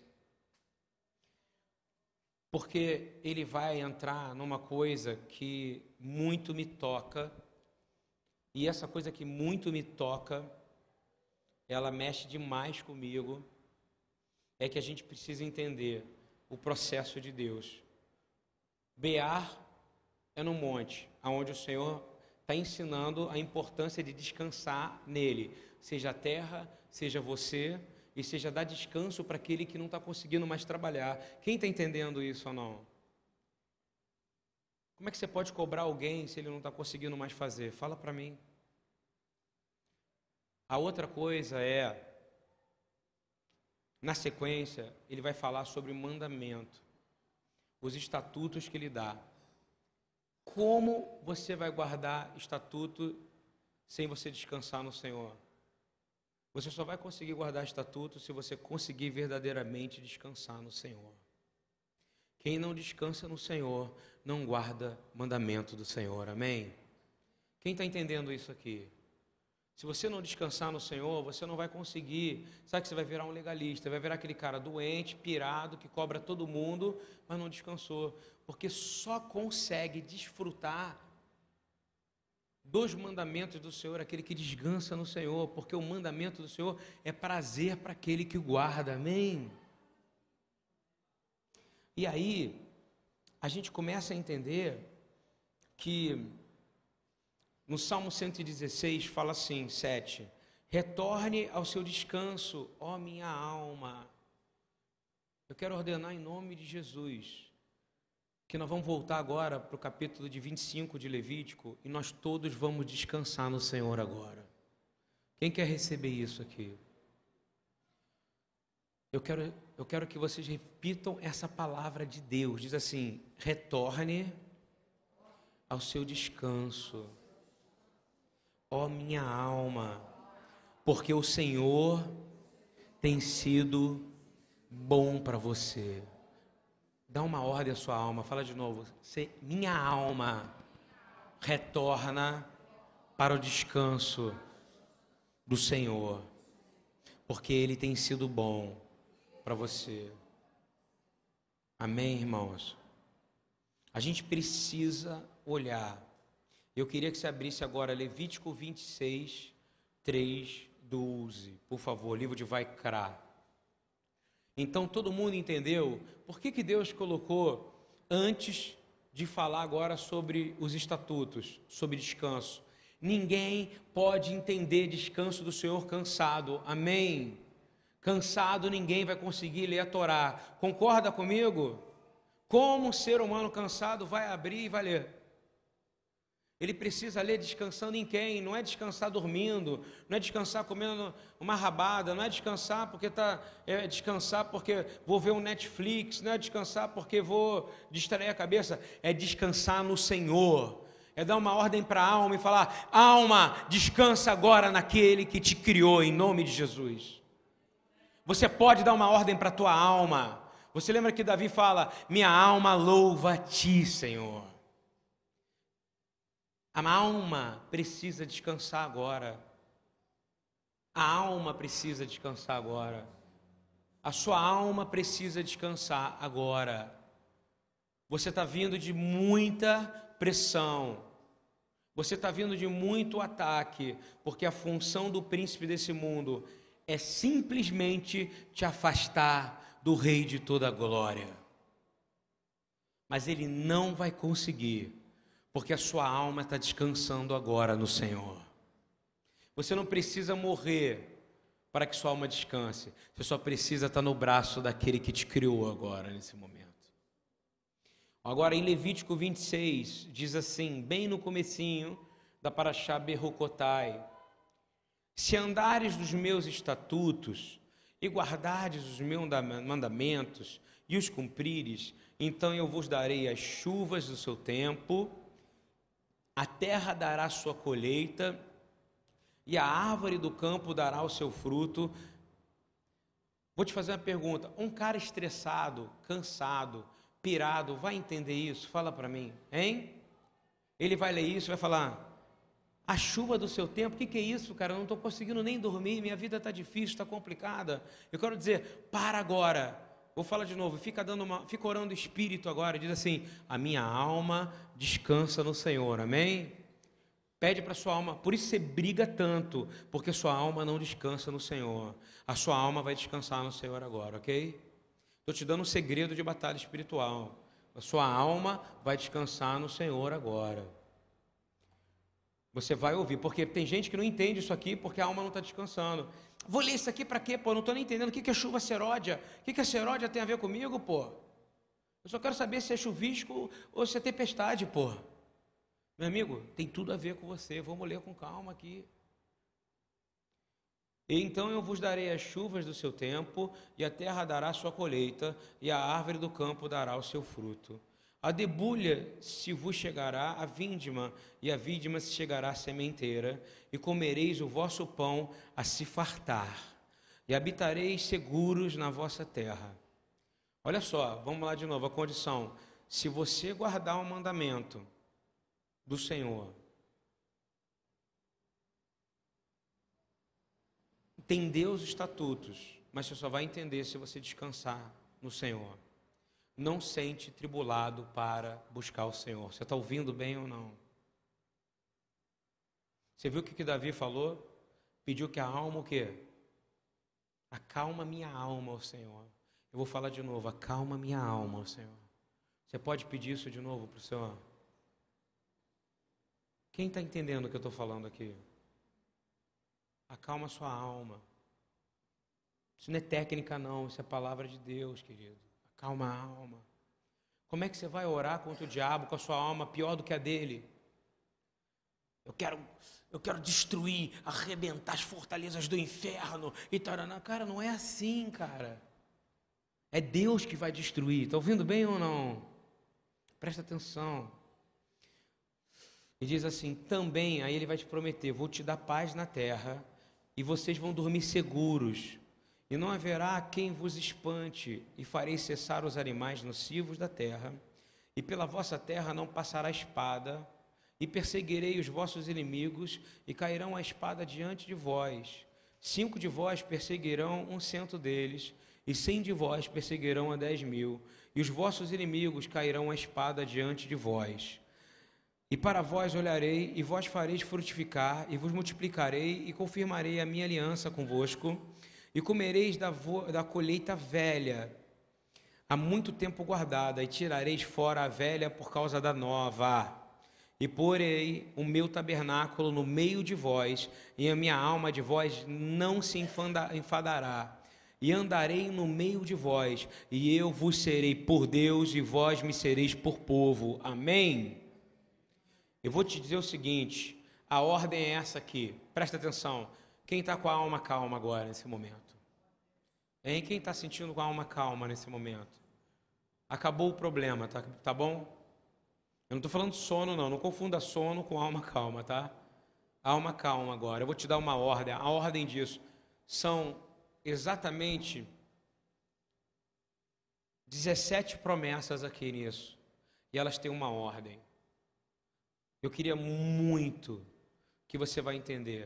Porque ele vai entrar numa coisa que muito me toca, e essa coisa que muito me toca, ela mexe demais comigo, é que a gente precisa entender o processo de Deus. Bear é no monte, onde o Senhor está ensinando a importância de descansar nele, seja a terra, seja você, e seja dar descanso para aquele que não está conseguindo mais trabalhar. Quem está entendendo isso ou não? Como é que você pode cobrar alguém se ele não está conseguindo mais fazer? Fala para mim. A outra coisa é, na sequência, ele vai falar sobre o mandamento, os estatutos que ele dá. Como você vai guardar estatuto sem você descansar no Senhor? Você só vai conseguir guardar estatuto se você conseguir verdadeiramente descansar no Senhor. Quem não descansa no Senhor, não guarda mandamento do Senhor, amém? Quem está entendendo isso aqui? Se você não descansar no Senhor, você não vai conseguir. Sabe que você vai virar um legalista, vai virar aquele cara doente, pirado, que cobra todo mundo, mas não descansou. Porque só consegue desfrutar dos mandamentos do Senhor aquele que descansa no Senhor, porque o mandamento do Senhor é prazer para aquele que guarda, amém? E aí, a gente começa a entender que no Salmo 116 fala assim, 7, retorne ao seu descanso, ó minha alma. Eu quero ordenar em nome de Jesus, que nós vamos voltar agora para o capítulo de 25 de Levítico, e nós todos vamos descansar no Senhor agora. Quem quer receber isso aqui? Eu quero que vocês repitam essa palavra de Deus, diz assim, retorne ao seu descanso, ó minha alma, porque o Senhor tem sido bom para você. Dá uma ordem à sua alma, fala de novo. Minha alma retorna para o descanso do Senhor, porque Ele tem sido bom para você. Amém, irmãos? A gente precisa olhar. Eu queria que você abrisse agora Levítico 26, 3, 12. Por favor, livro de Vaikra. Então, todo mundo entendeu por que Deus colocou, antes de falar agora sobre os estatutos, sobre descanso. Ninguém pode entender descanso do Senhor cansado. Amém? Cansado ninguém vai conseguir ler a Torá. Concorda comigo? Como um ser humano cansado vai abrir e vai ler? Ele precisa ler descansando em quem? Não é descansar dormindo, não é descansar comendo uma rabada, não é descansar porque descansar porque vou ver um Netflix, não é descansar porque vou distrair a cabeça, é descansar no Senhor. É dar uma ordem para a alma e falar, alma, descansa agora naquele que te criou, em nome de Jesus. Você pode dar uma ordem para a tua alma. Você lembra que Davi fala, minha alma louva a ti, Senhor. A alma precisa descansar agora. A alma precisa descansar agora. A sua alma precisa descansar agora. Você está vindo de muita pressão. Você está vindo de muito ataque, porque a função do príncipe desse mundo é simplesmente te afastar do Rei de toda a glória. Mas ele não vai conseguir, porque a sua alma está descansando agora no Senhor. Você não precisa morrer para que sua alma descanse. Você só precisa estar no braço daquele que te criou agora, nesse momento. Agora em Levítico 26, diz assim, bem no comecinho da Parashá Berrocotai, se andares dos meus estatutos e guardares os meus mandamentos e os cumprires, então eu vos darei as chuvas do seu tempo, a terra dará sua colheita e a árvore do campo dará o seu fruto. Vou te fazer uma pergunta, um cara estressado, cansado, pirado, vai entender isso? Fala para mim, hein? Ele vai ler isso, vai falar, a chuva do seu tempo, o que é isso, cara? Eu não estou conseguindo nem dormir, minha vida está difícil, está complicada. Eu quero dizer, para agora. Vou falar de novo, fica orando o Espírito agora, diz assim, a minha alma descansa no Senhor, amém? Pede para sua alma, por isso você briga tanto, porque sua alma não descansa no Senhor. A sua alma vai descansar no Senhor agora, ok? Estou te dando um segredo de batalha espiritual. A sua alma vai descansar no Senhor agora. Você vai ouvir, porque tem gente que não entende isso aqui, porque a alma não está descansando. Vou ler isso aqui para quê, pô? Não estou nem entendendo o que é chuva seródia. O que a seródia tem a ver comigo, pô? Eu só quero saber se é chuvisco ou se é tempestade, porra. Meu amigo, tem tudo a ver com você. Vamos ler com calma aqui. E então eu vos darei as chuvas do seu tempo, e a terra dará sua colheita, e a árvore do campo dará o seu fruto. A debulha se vos chegará a vindima, e a vindima se chegará à sementeira, e comereis o vosso pão a se fartar, e habitareis seguros na vossa terra. Olha só, vamos lá de novo, a condição. Se você guardar o mandamento do Senhor, entender os estatutos, mas você só vai entender se você descansar no Senhor. Não sente tribulado para buscar o Senhor. Você está ouvindo bem ou não? Você viu o que Davi falou? Pediu que a alma o quê? Acalma minha alma, ó Senhor. Eu vou falar de novo, acalma minha alma, ó Senhor. Você pode pedir isso de novo para o Senhor? Quem está entendendo o que eu estou falando aqui? Acalma a sua alma. Isso não é técnica não, isso é palavra de Deus, querido. Acalma a alma. Como é que você vai orar contra o diabo com a sua alma pior do que a dele? Eu quero destruir, arrebentar as fortalezas do inferno e taraná. Cara, não é assim, cara. É Deus que vai destruir. Está ouvindo bem ou não? Presta atenção. E diz assim, também, aí ele vai te prometer, vou te dar paz na terra, e vocês vão dormir seguros, e não haverá quem vos espante, e farei cessar os animais nocivos da terra, e pela vossa terra não passará espada, e perseguirei os vossos inimigos, e cairão a espada diante de vós. 5 de vós perseguirão 100 deles, e 100 de vós perseguirão a 10.000, e os vossos inimigos cairão a espada diante de vós. E para vós olharei, e vós fareis frutificar, e vos multiplicarei, e confirmarei a minha aliança convosco, e comereis da colheita velha, há muito tempo guardada, e tirareis fora a velha por causa da nova. E porei o meu tabernáculo no meio de vós, e a minha alma de vós não se enfadará. E andarei no meio de vós, e eu vos serei por Deus, e vós me sereis por povo. Amém? Eu vou te dizer o seguinte, a ordem é essa aqui, presta atenção. Quem está com a alma calma agora, nesse momento? Hein? Quem está sentindo com a alma calma nesse momento? Acabou o problema, tá bom? Eu não estou falando de sono não confunda sono com alma calma, tá? Alma calma agora, eu vou te dar uma ordem, a ordem disso são exatamente 17 promessas aqui nisso, e elas têm uma ordem. Eu queria muito que você vai entender.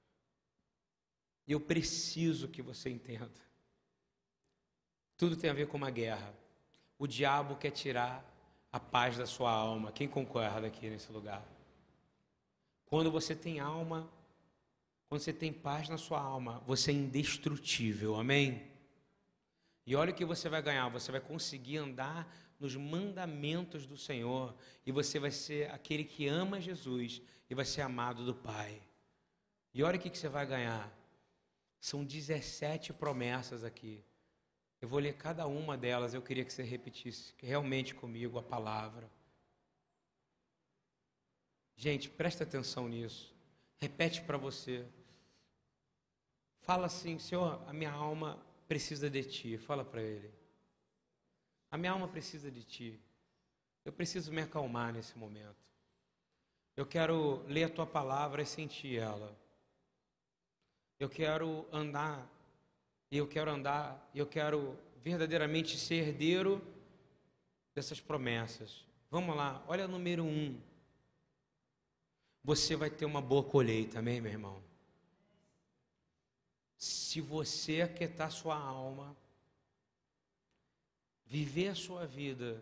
E eu preciso que você entenda. Tudo tem a ver com uma guerra. O diabo quer tirar a paz da sua alma. Quem concorda aqui nesse lugar? Quando você tem alma, quando você tem paz na sua alma, você é indestrutível. Amém? E olha o que você vai ganhar. Você vai conseguir andar nos mandamentos do Senhor, e você vai ser aquele que ama Jesus, e vai ser amado do Pai. E olha o que você vai ganhar. São 17 promessas aqui. Eu vou ler cada uma delas, eu queria que você repetisse realmente comigo a palavra. Gente, presta atenção nisso. Repete para você. Fala assim, Senhor, a minha alma precisa de Ti. Fala para Ele. A minha alma precisa de Ti. Eu preciso me acalmar nesse momento. Eu quero ler a Tua palavra e sentir ela. Eu quero andar, e eu quero verdadeiramente ser herdeiro dessas promessas. Vamos lá, olha o número 1. Você vai ter uma boa colheita, amém, meu irmão? Se você aquietar sua alma, viver a sua vida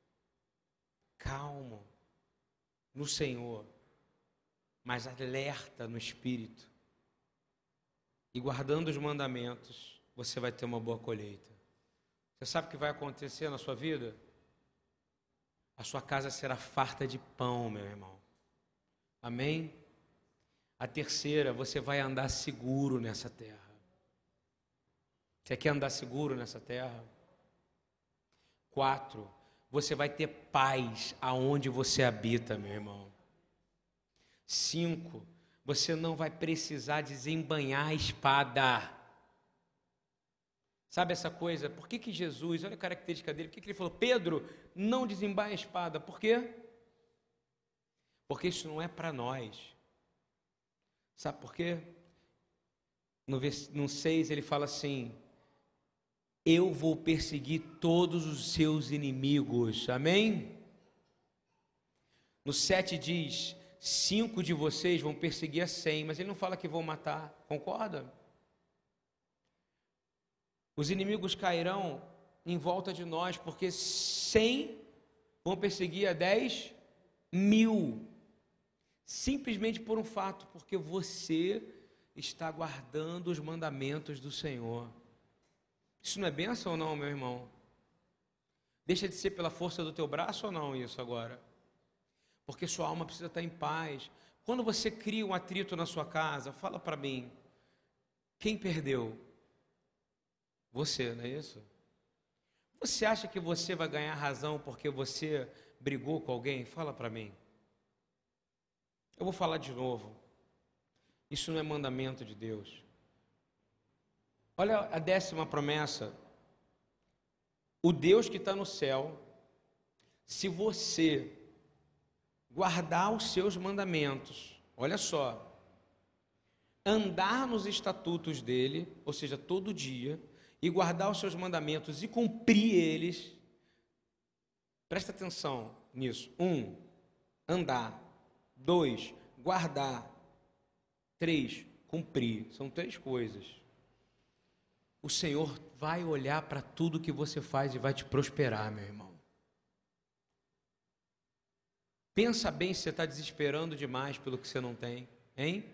calmo no Senhor, mas alerta no Espírito, e guardando os mandamentos, você vai ter uma boa colheita. Você sabe o que vai acontecer na sua vida? A sua casa será farta de pão, meu irmão. Amém? A terceira, você vai andar seguro nessa terra. Você quer andar seguro nessa terra? 4, você vai ter paz aonde você habita, meu irmão. 5, você não vai precisar desembainhar a espada. Sabe essa coisa? Por que Jesus, olha a característica dele, por que ele falou, Pedro, não desembainha a espada? Por quê? Porque isso não é para nós. Sabe por quê? No 6 ele fala assim, eu vou perseguir todos os seus inimigos, amém? No 7 diz, 5 de vocês vão perseguir a 100, mas ele não fala que vão matar, concorda? Os inimigos cairão em volta de nós, porque 100 vão perseguir a 10.000, simplesmente por um fato, porque você está guardando os mandamentos do Senhor. Isso não é bênção ou não, meu irmão? Deixa de ser pela força do teu braço ou não isso agora? Porque sua alma precisa estar em paz. Quando você cria um atrito na sua casa, fala para mim, quem perdeu? Você, não é isso? Você acha que você vai ganhar razão porque você brigou com alguém? Fala para mim. Eu vou falar de novo. Isso não é mandamento de Deus. Olha a 10ª promessa. O Deus que está no céu, se você guardar os seus mandamentos, olha só, andar nos estatutos dele, ou seja, todo dia, e guardar os seus mandamentos e cumprir eles, presta atenção nisso. 1, andar. 2, guardar. 3, cumprir. São 3 coisas. O Senhor vai olhar para tudo que você faz e vai te prosperar, meu irmão. Pensa bem se você está desesperando demais pelo que você não tem, hein?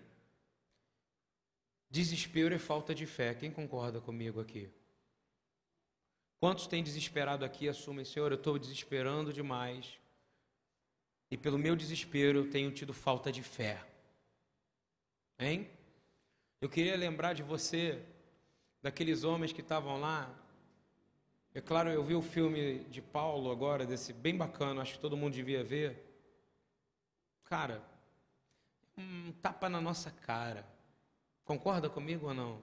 Desespero é falta de fé. Quem concorda comigo aqui? Quantos têm desesperado aqui, assumem, Senhor, eu estou desesperando demais. E pelo meu desespero eu tenho tido falta de fé. Hein? Eu queria lembrar de você, daqueles homens que estavam lá. É claro, eu vi o filme de Paulo agora, desse bem bacana, acho que todo mundo devia ver. Cara, um tapa na nossa cara. Concorda comigo ou não?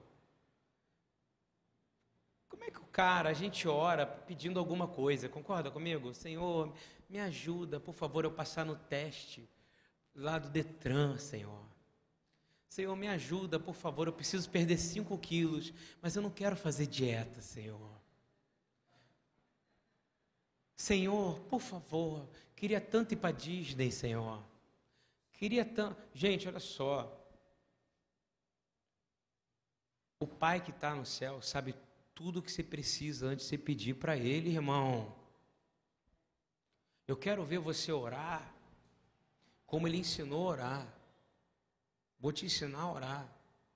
Como é que a gente ora pedindo alguma coisa, concorda comigo? Senhor, me ajuda, por favor, eu passar no teste lá do Detran, Senhor. Senhor, me ajuda, por favor, eu preciso perder 5 quilos, mas eu não quero fazer dieta, Senhor. Senhor, por favor, queria tanto ir para Disney, Senhor. Queria tanto... Gente, olha só. O Pai que está no céu sabe tudo o que você precisa antes de você pedir para Ele, irmão. Eu quero ver você orar como Ele ensinou a orar. Vou te ensinar a orar.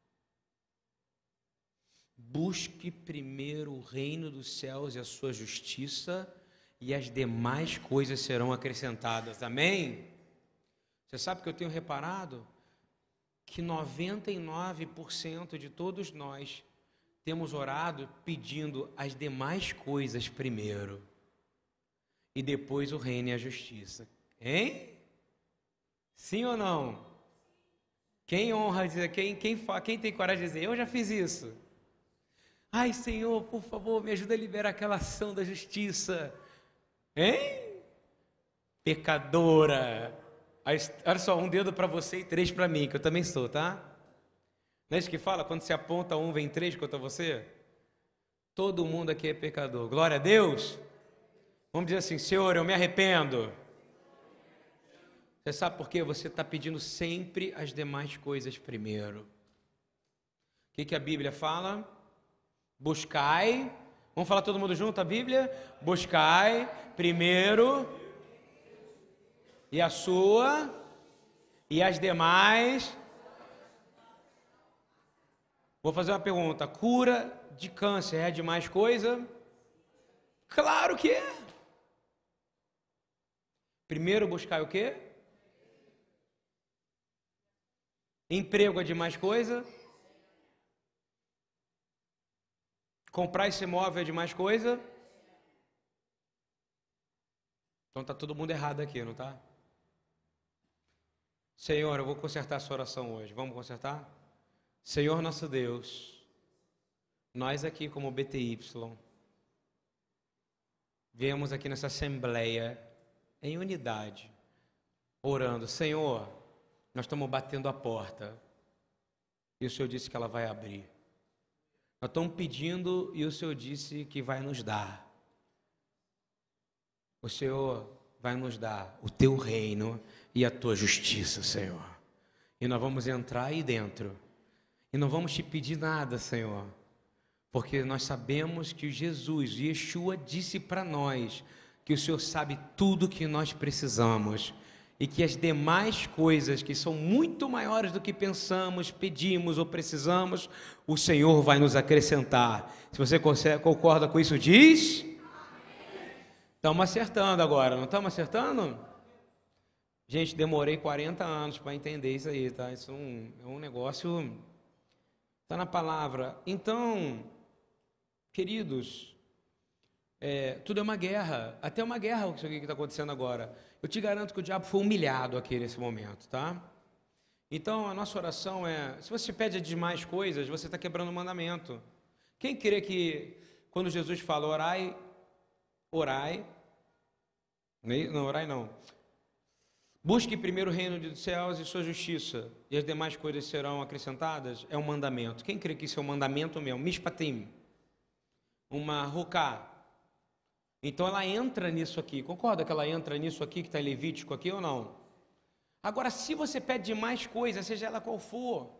Busque primeiro o reino dos céus e a sua justiça, e as demais coisas serão acrescentadas. Amém? Você sabe que eu tenho reparado? Que 99% de todos nós temos orado pedindo as demais coisas primeiro, e depois o reino e a justiça. Hein? Sim ou não? Quem honra dizer, quem tem coragem de dizer, eu já fiz isso. Ai, Senhor, por favor, me ajuda a liberar aquela ação da justiça. Hein? Pecadora. Olha só, um dedo para você e 3 para mim, que eu também sou, tá? Não é isso que fala? Quando se aponta um, vem 3 contra você? Todo mundo aqui é pecador. Glória a Deus. Vamos dizer assim, Senhor, eu me arrependo. Você sabe por quê? Você está pedindo sempre as demais coisas primeiro. O que a Bíblia fala? Buscai. Vamos falar todo mundo junto a Bíblia? Buscai primeiro e a sua e as demais. Vou fazer uma pergunta. Cura de câncer é demais coisa? Claro que é. Primeiro buscar o quê? Emprego é demais coisa? Comprar esse imóvel é demais coisa? Então está todo mundo errado aqui, não está? Senhor, eu vou consertar essa oração hoje. Vamos consertar? Senhor nosso Deus, nós aqui como BTY, viemos aqui nessa assembleia em unidade, orando. Senhor, nós estamos batendo a porta e o Senhor disse que ela vai abrir. Nós estamos pedindo e o Senhor disse que vai nos dar. O Senhor vai nos dar o teu reino e a tua justiça, Senhor. E nós vamos entrar aí dentro. E não vamos te pedir nada, Senhor. Porque nós sabemos que Jesus, Yeshua, disse para nós que o Senhor sabe tudo que nós precisamos. E que as demais coisas que são muito maiores do que pensamos, pedimos ou precisamos, o Senhor vai nos acrescentar. Se você concorda com isso, diz... Estamos acertando agora, não estamos acertando? Gente, demorei 40 anos para entender isso aí, tá? Isso é um negócio... Está na palavra. Então, queridos, tudo é uma guerra. Até uma guerra o que está acontecendo agora. Eu te garanto que o diabo foi humilhado aqui nesse momento, tá? Então, a nossa oração é... Se você pede demais coisas, você está quebrando o mandamento. Quem crê que quando Jesus fala orai... Não, orai não. Busque primeiro o reino dos céus e sua justiça, e as demais coisas serão acrescentadas, é um mandamento. Quem crê que isso é um mandamento mesmo? Mishpatim, uma ruká. Então ela entra nisso aqui, concorda que ela entra nisso aqui, que está em Levítico aqui ou não? Agora, se você pede demais coisas, seja ela qual for,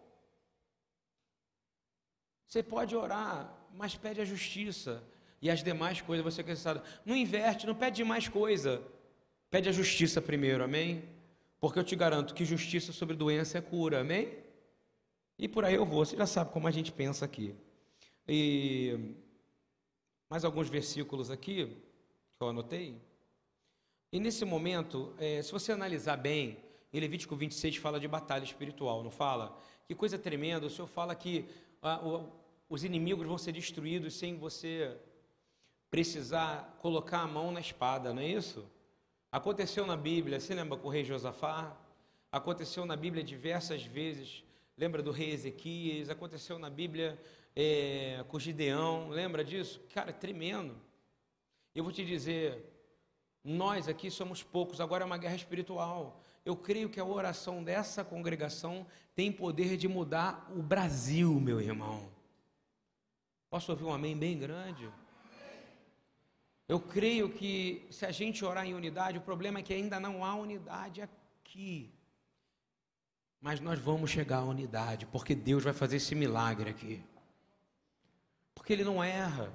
você pode orar, mas pede a justiça. E as demais coisas você acrescentada. Não inverte, não pede mais coisa. Pede a justiça primeiro, amém? Porque eu te garanto que justiça sobre doença é cura, amém? E por aí eu vou, você já sabe como a gente pensa aqui. E mais alguns versículos aqui, que eu anotei. E nesse momento, se você analisar bem, em Levítico 26 fala de batalha espiritual, não fala? Que coisa tremenda, o Senhor fala que os inimigos vão ser destruídos sem você... precisar colocar a mão na espada, não é isso? Aconteceu na Bíblia, você lembra com o rei Josafá? Aconteceu na Bíblia diversas vezes, lembra do rei Ezequias? Aconteceu na Bíblia com Gideão, lembra disso? Cara, é tremendo. Eu vou te dizer, nós aqui somos poucos, agora é uma guerra espiritual. Eu creio que a oração dessa congregação tem poder de mudar o Brasil, meu irmão. Posso ouvir um amém bem grande? Eu creio que se a gente orar em unidade, o problema é que ainda não há unidade aqui. Mas nós vamos chegar à unidade, porque Deus vai fazer esse milagre aqui. Porque Ele não erra.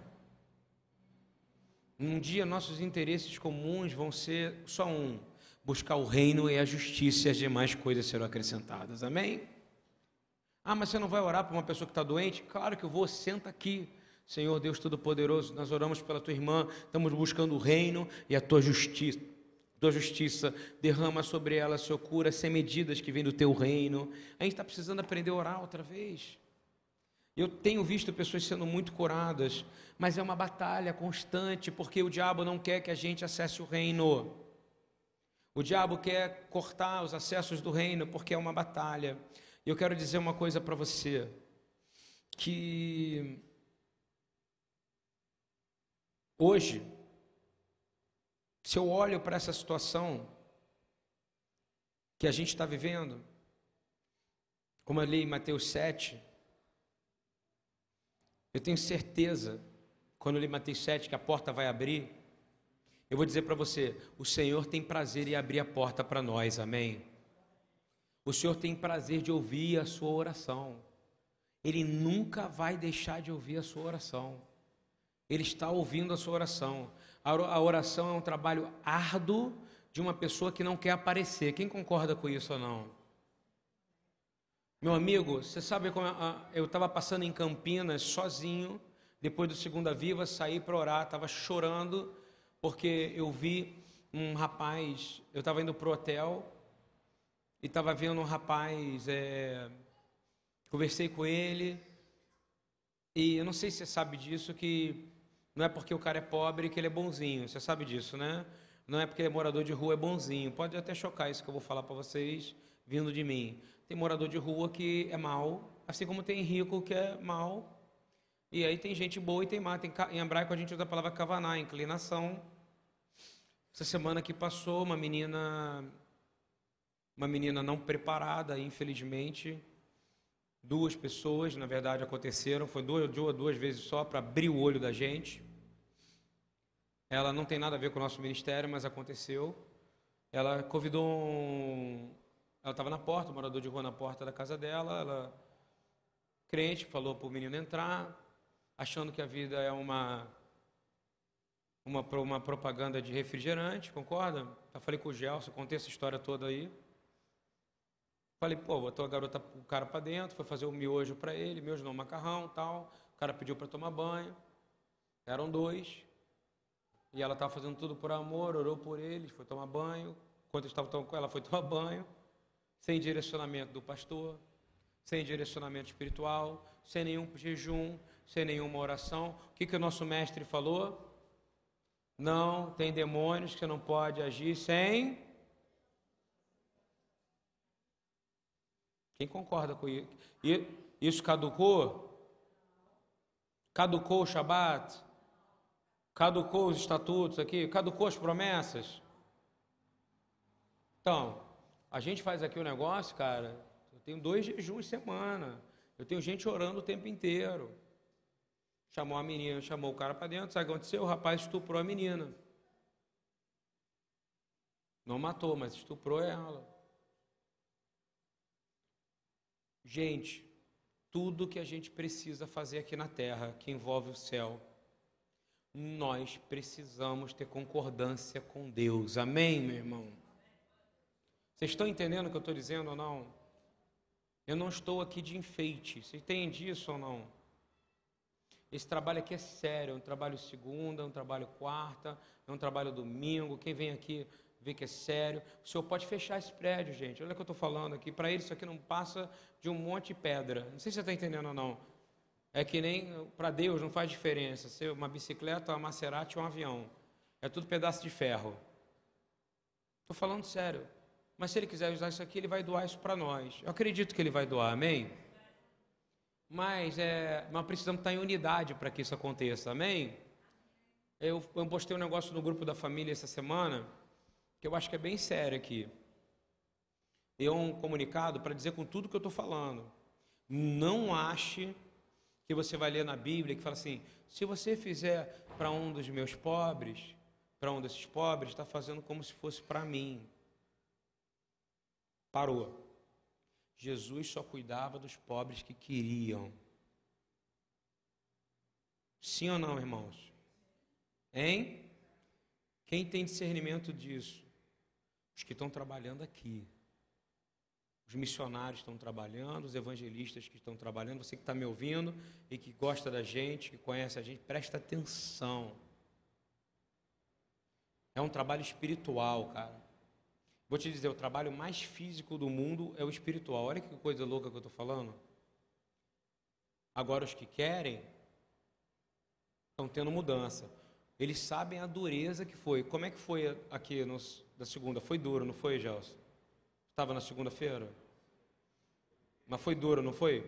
Um dia nossos interesses comuns vão ser só um: buscar o reino e a justiça, e as demais coisas serão acrescentadas. Amém? Ah, mas você não vai orar para uma pessoa que está doente? Claro que eu vou, senta aqui. Senhor Deus Todo-Poderoso, nós oramos pela tua irmã, estamos buscando o reino e a tua justiça, derrama sobre ela, Senhor, cura sem medidas que vem do teu reino. A gente está precisando aprender a orar outra vez. Eu tenho visto pessoas sendo muito curadas, mas é uma batalha constante, porque o diabo não quer que a gente acesse o reino. O diabo quer cortar os acessos do reino, porque é uma batalha. E eu quero dizer uma coisa para você, que hoje, se eu olho para essa situação que a gente está vivendo, como eu li em Mateus 7, eu tenho certeza, quando eu li Mateus 7, que a porta vai abrir. Eu vou dizer para você, o Senhor tem prazer em abrir a porta para nós, amém? O Senhor tem prazer de ouvir a sua oração. Ele nunca vai deixar de ouvir a sua oração. Ele está ouvindo a sua oração. A oração é um trabalho árduo de uma pessoa que não quer aparecer. Quem concorda com isso ou não? Meu amigo, você sabe como eu estava passando em Campinas sozinho, depois do Segunda Viva, saí para orar, estava chorando, porque eu vi um rapaz, eu estava indo para o hotel, e estava vendo um rapaz, conversei com ele, e eu não sei se você sabe disso, que não é porque o cara é pobre que ele é bonzinho, você sabe disso, né? Não é porque morador de rua é bonzinho. Pode até chocar isso que eu vou falar para vocês, vindo de mim. Tem morador de rua que é mau, assim como tem rico que é mau. E aí tem gente boa e tem má. Em hebraico a gente usa a palavra kavaná, inclinação. Essa semana que passou, uma menina não preparada, infelizmente. 2 pessoas, na verdade, aconteceram. Foi duas vezes só para abrir o olho da gente. Ela não tem nada a ver com o nosso ministério, mas aconteceu. Ela convidou ela estava na porta, um morador de rua na porta da casa dela. Ela, crente, falou para o menino entrar, achando que a vida é uma propaganda de refrigerante, concorda? Eu falei com o Gelson, contei essa história toda aí. Falei, pô, botou o cara para dentro, foi fazer o miojo para ele, miojo não, macarrão, tal. O cara pediu para tomar banho. Eram 2. E ela estava fazendo tudo por amor, orou por eles, foi tomar banho. Enquanto eu estava tomando com ela, foi tomar banho. Sem direcionamento do pastor, sem direcionamento espiritual, sem nenhum jejum, sem nenhuma oração. O que o nosso mestre falou? Não, tem demônios que você não pode agir sem... Quem concorda com isso? Isso caducou? Caducou o Shabat? Caducou os estatutos aqui? Caducou as promessas? Então, a gente faz aqui o negócio, cara, eu tenho 2 jejuns semana, eu tenho gente orando o tempo inteiro. Chamou a menina, chamou o cara para dentro, sabe o que aconteceu? O rapaz estuprou a menina. Não matou, mas estuprou ela. Gente, tudo que a gente precisa fazer aqui na terra, que envolve o céu, nós precisamos ter concordância com Deus. Amém, meu irmão? Vocês estão entendendo o que eu estou dizendo ou não? Eu não estou aqui de enfeite. Vocês entendem isso ou não? Esse trabalho aqui é sério. É um trabalho segunda, é um trabalho quarta, é um trabalho domingo. Quem vem aqui vê que é sério. O senhor pode fechar esse prédio, gente. Olha o que eu estou falando aqui. Para ele isso aqui não passa de um monte de pedra. Não sei se você está entendendo ou não. É que nem para Deus não faz diferença ser uma bicicleta, uma Maserati ou um avião. É tudo pedaço de ferro. Estou falando sério. Mas se ele quiser usar isso aqui, ele vai doar isso para nós. Eu acredito que ele vai doar, amém? Mas nós precisamos estar em unidade para que isso aconteça, amém? Eu postei um negócio no grupo da família essa semana, que eu acho que é bem sério aqui. É um comunicado para dizer com tudo que eu estou falando. Não ache que você vai ler na Bíblia que fala assim, se você fizer para um dos meus pobres, para um desses pobres, está fazendo como se fosse para mim. Parou. Jesus só cuidava dos pobres que queriam. Sim ou não, irmãos? Hein? Quem tem discernimento disso? Os que estão trabalhando aqui. Os missionários estão trabalhando, os evangelistas que estão trabalhando, você que está me ouvindo e que gosta da gente, que conhece a gente, presta atenção. É um trabalho espiritual, cara. Vou te dizer, o trabalho mais físico do mundo é o espiritual. Olha que coisa louca que eu estou falando. Agora, os que querem estão tendo mudança. Eles sabem a dureza que foi. Como é que foi aqui da segunda? Foi duro, não foi, Gelson? Estava na segunda-feira? Mas foi duro, não foi?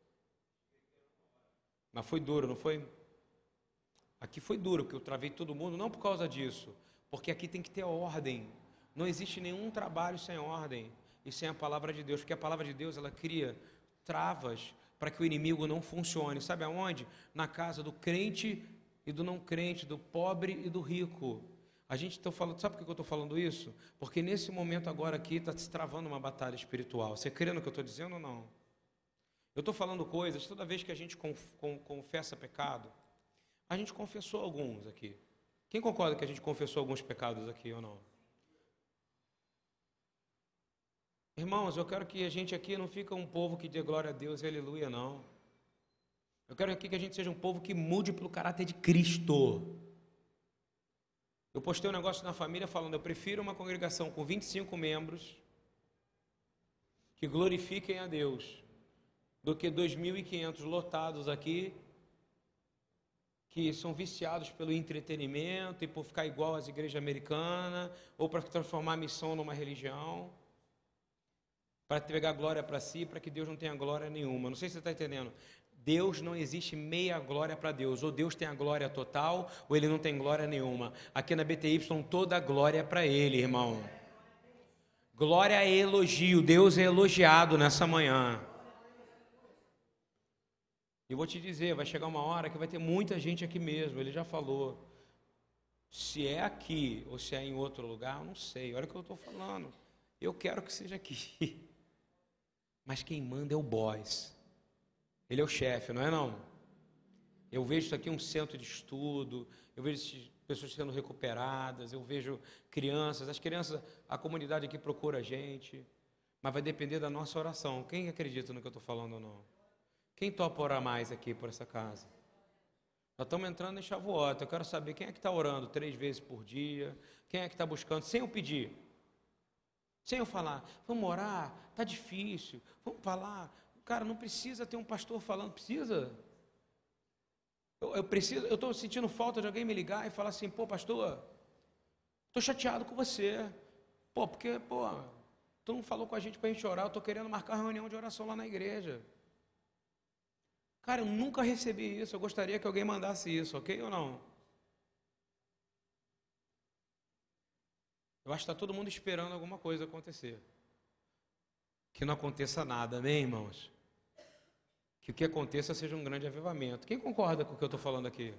Mas foi duro, não foi? Aqui foi duro, porque eu travei todo mundo, não por causa disso, porque aqui tem que ter ordem. Não existe nenhum trabalho sem ordem e sem a palavra de Deus, porque a palavra de Deus, ela cria travas para que o inimigo não funcione. Sabe aonde? Na casa do crente e do não crente, do pobre e do rico. A gente está falando, sabe por que eu estou falando isso? Porque nesse momento agora aqui está se travando uma batalha espiritual. Você crê no que eu estou dizendo ou não? Eu estou falando coisas, toda vez que a gente confessa pecado, a gente confessou alguns aqui. Quem concorda que a gente confessou alguns pecados aqui ou não? Irmãos, eu quero que a gente aqui não fique um povo que dê glória a Deus e aleluia, não. Eu quero aqui que a gente seja um povo que mude pelo caráter de Cristo. Eu postei um negócio na família falando, eu prefiro uma congregação com 25 membros que glorifiquem a Deus do que 2.500 lotados aqui que são viciados pelo entretenimento e por ficar igual às igrejas americanas, ou para transformar a missão numa religião, para pegar glória para si, para que Deus não tenha glória nenhuma. Não sei se você está entendendo. Deus não existe meia glória para Deus. Ou Deus tem a glória total, ou Ele não tem glória nenhuma. Aqui na BTY, toda a glória é para Ele, irmão. Glória é elogio. Deus é elogiado nessa manhã. E vou te dizer, vai chegar uma hora que vai ter muita gente aqui mesmo. Ele já falou. Se é aqui ou se é em outro lugar, eu não sei. Olha o que eu estou falando. Eu quero que seja aqui. Mas quem manda é o boss. Ele é o chefe, não é não? Eu vejo isso aqui um centro de estudo, eu vejo pessoas sendo recuperadas, eu vejo crianças, as crianças, a comunidade aqui procura a gente, mas vai depender da nossa oração. Quem acredita no que eu estou falando ou não? Quem topa orar mais aqui por essa casa? Nós estamos entrando em Shavuot, eu quero saber quem é que está orando 3 vezes por dia, quem é que está buscando, sem eu pedir. Sem eu falar, vamos orar, está difícil, vamos falar. Cara, não precisa ter um pastor falando, precisa. Eu estou sentindo falta de alguém me ligar e falar assim, pô, pastor, estou chateado com você. Pô, porque, tu não falou com a gente para a gente orar, eu estou querendo marcar uma reunião de oração lá na igreja. Cara, eu nunca recebi isso, eu gostaria que alguém mandasse isso, ok ou não? Eu acho que está todo mundo esperando alguma coisa acontecer. Que não aconteça nada, amém, irmãos? Que o que aconteça seja um grande avivamento. Quem concorda com o que eu estou falando aqui?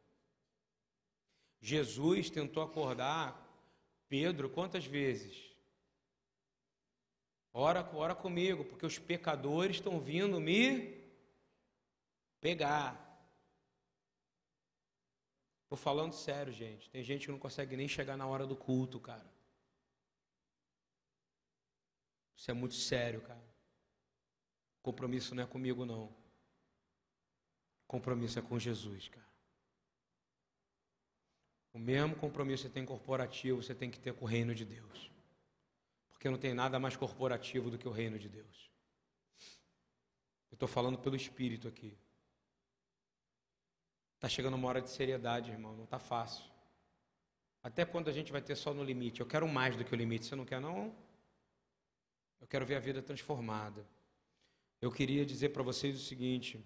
Jesus tentou acordar Pedro quantas vezes? Ora comigo, porque os pecadores estão vindo me pegar. Estou falando sério, gente. Tem gente que não consegue nem chegar na hora do culto, cara. Isso é muito sério, cara. Compromisso não é comigo, não. Compromisso é com Jesus, cara. O mesmo compromisso que você tem corporativo, você tem que ter com o reino de Deus. Porque não tem nada mais corporativo do que o reino de Deus. Eu estou falando pelo Espírito aqui. Está chegando uma hora de seriedade, irmão. Não está fácil. Até quando a gente vai ter só no limite. Eu quero mais do que o limite. Você não quer, não? Eu quero ver a vida transformada. Eu queria dizer para vocês o seguinte.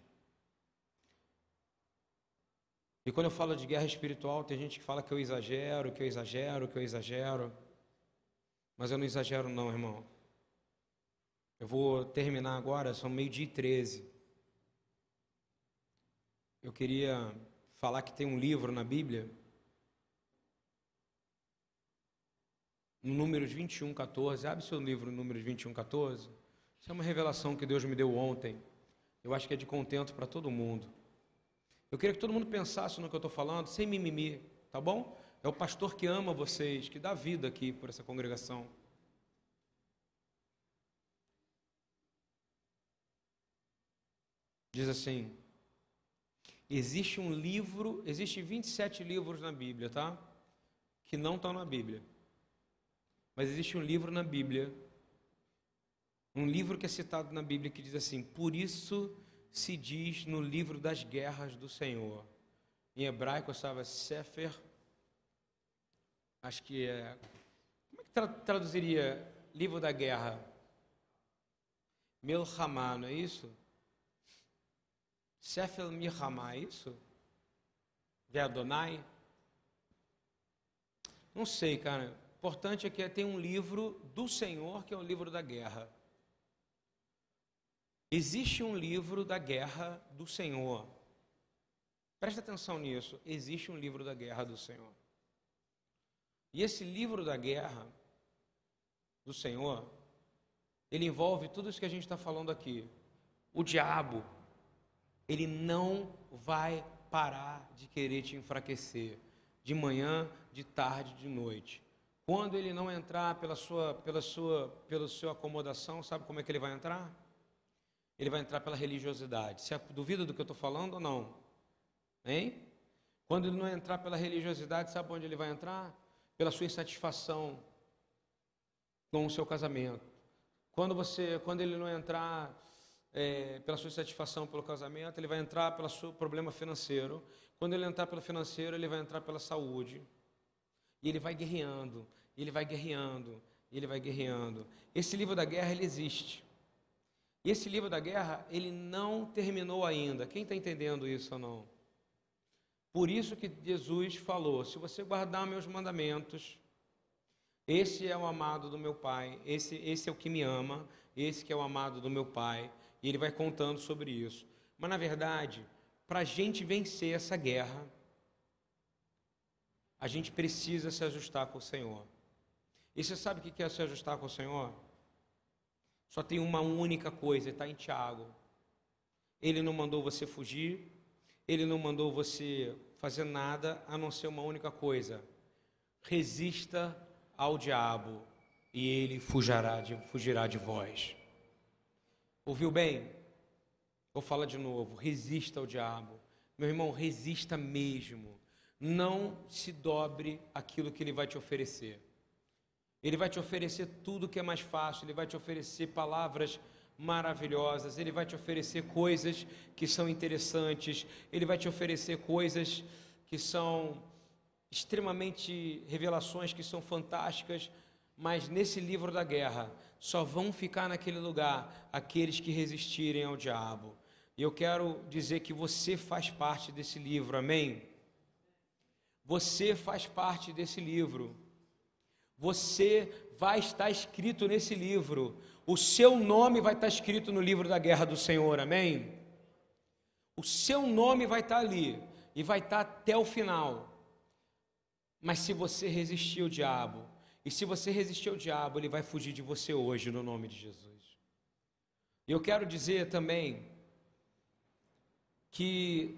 E quando eu falo de guerra espiritual, tem gente que fala que eu exagero, que eu exagero, que eu exagero. Mas eu não exagero não, irmão. Eu vou terminar agora, são 12:13. Eu queria falar que tem um livro na Bíblia, no Números 21:14. Abre seu livro, Números 21:14. Isso é uma revelação que Deus me deu ontem. Eu acho que é de contento para todo mundo. Eu queria que todo mundo pensasse no que eu estou falando, sem mimimi, tá bom? É o pastor que ama vocês, que dá vida aqui por essa congregação. Diz assim, existe 27 livros na Bíblia, tá? Que não estão na Bíblia. Mas existe um livro na Bíblia, um livro que é citado na Bíblia que diz assim, por isso se diz no livro das guerras do Senhor. Em hebraico estava Sefer, acho que é... Como é que traduziria livro da guerra? Milhamá, não é isso? Sefer Milhamá, é isso? De Adonai? Não sei, cara. O importante é que tem um livro do Senhor, que é o livro da guerra. Existe um livro da guerra do Senhor. Presta atenção nisso. Existe um livro da guerra do Senhor. E esse livro da guerra do Senhor, ele envolve tudo isso que a gente está falando aqui. O diabo, ele não vai parar de querer te enfraquecer. De manhã, de tarde, de noite. Quando ele não entrar pela sua acomodação, sabe como é que ele vai entrar? Ele vai entrar pela religiosidade. Você duvida do que eu estou falando ou não? Hein? Quando ele não entrar pela religiosidade, sabe onde ele vai entrar? Pela sua insatisfação com o seu casamento. Quando ele não entrar pela sua insatisfação pelo casamento, ele vai entrar pelo seu problema financeiro. Quando ele entrar pelo financeiro, ele vai entrar pela saúde. E ele vai guerreando, e ele vai guerreando, e ele vai guerreando. Esse livro da guerra, ele existe. E esse livro da guerra, ele não terminou ainda. Quem está entendendo isso ou não? Por isso que Jesus falou, se você guardar meus mandamentos, esse é o amado do meu Pai, esse é o que me ama, esse que é o amado do meu Pai. E ele vai contando sobre isso. Mas, na verdade, para a gente vencer essa guerra, a gente precisa se ajustar com o Senhor. E você sabe o que é se ajustar com o Senhor? Só tem uma única coisa, está em Tiago. Ele não mandou você fugir, ele não mandou você fazer nada, a não ser uma única coisa. Resista ao diabo e ele fugirá de vós. Ouviu bem? Vou falar de novo, resista ao diabo. Meu irmão, resista mesmo. Não se dobre aquilo que ele vai te oferecer. Ele vai te oferecer tudo que é mais fácil, ele vai te oferecer palavras maravilhosas, ele vai te oferecer coisas que são interessantes, ele vai te oferecer coisas que são extremamente revelações que são fantásticas, mas nesse livro da guerra só vão ficar naquele lugar aqueles que resistirem ao diabo. E eu quero dizer que você faz parte desse livro, amém? Você faz parte desse livro. Você vai estar escrito nesse livro. O seu nome vai estar escrito no livro da guerra do Senhor, amém? O seu nome vai estar ali e vai estar até o final. Mas se você resistir ao diabo, e se você resistir ao diabo, ele vai fugir de você hoje, no nome de Jesus. E eu quero dizer também que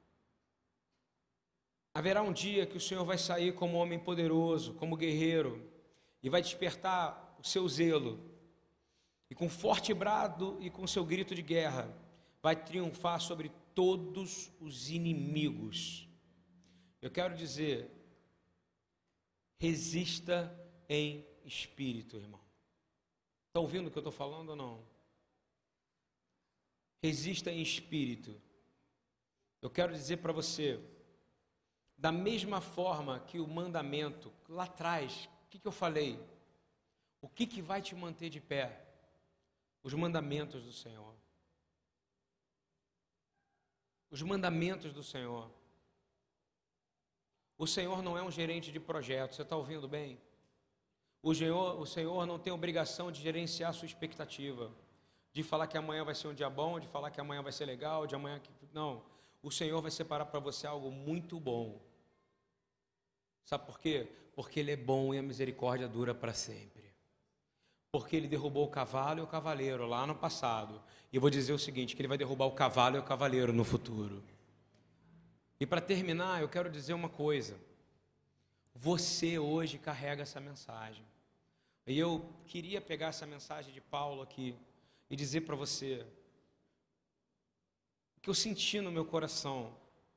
haverá um dia que o Senhor vai sair como homem poderoso, como guerreiro, e vai despertar o seu zelo, e com forte brado e com seu grito de guerra, vai triunfar sobre todos os inimigos. Eu quero dizer, resista em espírito, irmão. Está ouvindo o que eu estou falando ou não? Resista em espírito. Eu quero dizer para você, da mesma forma que o mandamento, lá atrás, o que eu falei? O que vai te manter de pé? Os mandamentos do Senhor. Os mandamentos do Senhor. O Senhor não é um gerente de projeto, você está ouvindo bem? O Senhor não tem obrigação de gerenciar a sua expectativa, de falar que amanhã vai ser um dia bom, de falar que amanhã vai ser legal, de amanhã que... Não, o Senhor vai separar para você algo muito bom. Sabe por quê? Porque Ele é bom e a misericórdia dura para sempre. Porque Ele derrubou o cavalo e o cavaleiro lá no passado. E eu vou dizer o seguinte, que Ele vai derrubar o cavalo e o cavaleiro no futuro. E para terminar, eu quero dizer uma coisa. Você hoje carrega essa mensagem. E eu queria pegar essa mensagem de Paulo aqui e dizer para você o que eu senti no meu coração.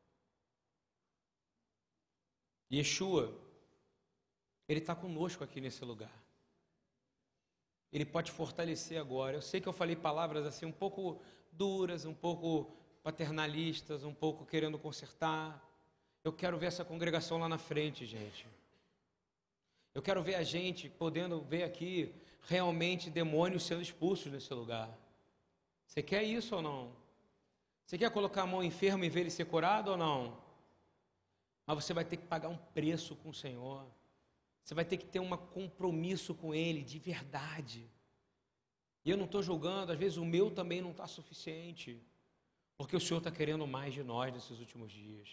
Yeshua, Ele está conosco aqui nesse lugar. Ele pode fortalecer agora. Eu sei que eu falei palavras assim um pouco duras, um pouco paternalistas, um pouco querendo consertar. Eu quero ver essa congregação lá na frente, gente. Eu quero ver a gente podendo ver aqui realmente demônios sendo expulsos nesse lugar. Você quer isso ou não? Você quer colocar a mão enfermo e ver ele ser curado ou não? Mas você vai ter que pagar um preço com o Senhor. Você vai ter que ter um compromisso com Ele de verdade. E eu não estou julgando, às vezes o meu também não está suficiente. Porque o Senhor está querendo mais de nós nesses últimos dias.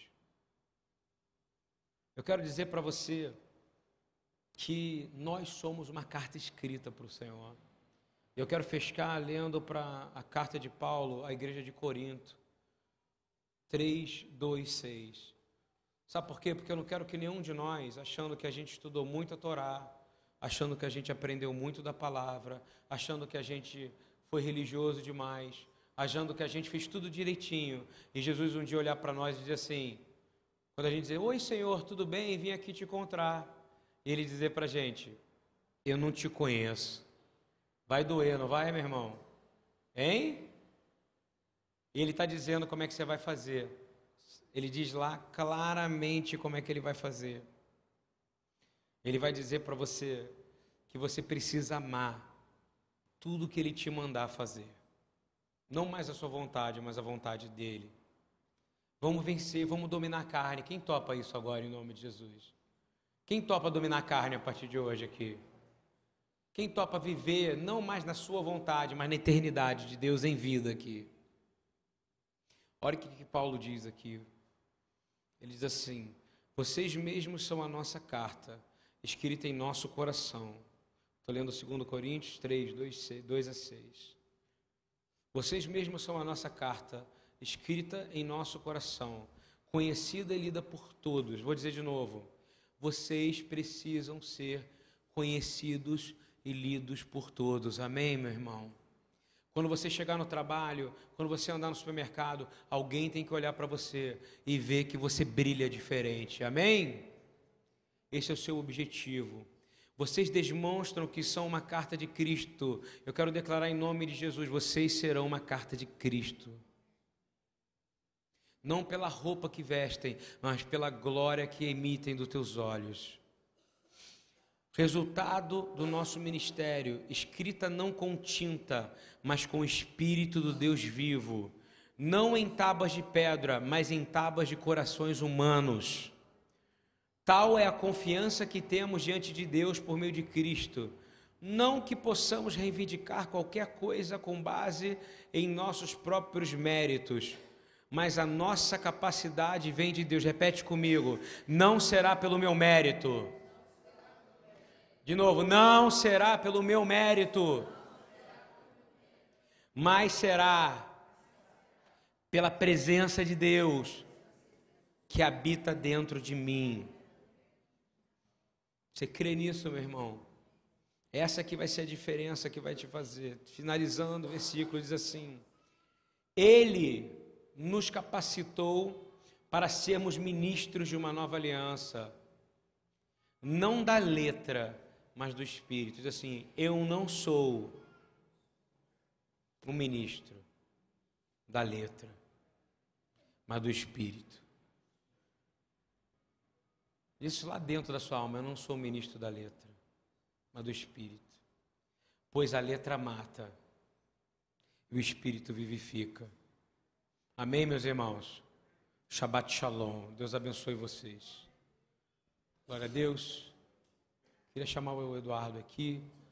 Eu quero dizer para você que nós somos uma carta escrita para o Senhor. Eu quero fechar lendo para a carta de Paulo à igreja de Corinto. 3, 2, 6. Sabe por quê? Porque eu não quero que nenhum de nós, achando que a gente estudou muito a Torá, achando que a gente aprendeu muito da palavra, achando que a gente foi religioso demais, achando que a gente fez tudo direitinho, e Jesus um dia olhar para nós e dizer assim, quando a gente dizer, oi Senhor, tudo bem? Vim aqui te encontrar. E Ele dizer para a gente, eu não te conheço. Vai doer, não vai, meu irmão? Hein? E Ele está dizendo como é que você vai fazer. ele diz lá claramente como é que ele vai fazer. Ele vai dizer para você que você precisa amar tudo que ele te mandar fazer. Não mais a sua vontade, mas a vontade dele. Vamos vencer, vamos dominar a carne. Quem topa isso agora em nome de Jesus? Quem topa dominar a carne a partir de hoje aqui? Quem topa viver não mais na sua vontade, mas na eternidade de Deus em vida aqui? Olha o que Paulo diz aqui. Ele diz assim: vocês mesmos são a nossa carta, escrita em nosso coração. Estou lendo 2 Coríntios 3, 2 a 6. Vocês mesmos são a nossa carta, escrita em nosso coração, conhecida e lida por todos. Vou dizer de novo. Vocês precisam ser conhecidos e lidos por todos. Amém, meu irmão? Quando você chegar no trabalho, quando você andar no supermercado, alguém tem que olhar para você e ver que você brilha diferente. Amém? Esse é o seu objetivo. Vocês demonstram que são uma carta de Cristo. Eu quero declarar em nome de Jesus, vocês serão uma carta de Cristo. Não pela roupa que vestem, mas pela glória que emitem dos teus olhos. Resultado do nosso ministério, escrita não com tinta, mas com o Espírito do Deus vivo, não em tábuas de pedra, mas em tábuas de corações humanos. Tal é a confiança que temos diante de Deus por meio de Cristo. Não que possamos reivindicar qualquer coisa com base em nossos próprios méritos, mas a nossa capacidade vem de Deus. Repete comigo: não será pelo meu mérito. De novo, não será pelo meu mérito, mas será pela presença de Deus que habita dentro de mim. Você crê nisso, meu irmão? Essa aqui vai ser a diferença que vai te fazer. Finalizando o versículo, diz assim: Ele nos capacitou para sermos ministros de uma nova aliança, não da letra, mas do Espírito. Diz assim: eu não sou um ministro da letra, mas do Espírito. Isso lá dentro da sua alma: eu não sou ministro da letra, mas do Espírito. Pois a letra mata e o Espírito vivifica. Amém, meus irmãos? Shabbat Shalom. Deus abençoe vocês. Glória a Deus. Queria chamar o Eduardo aqui.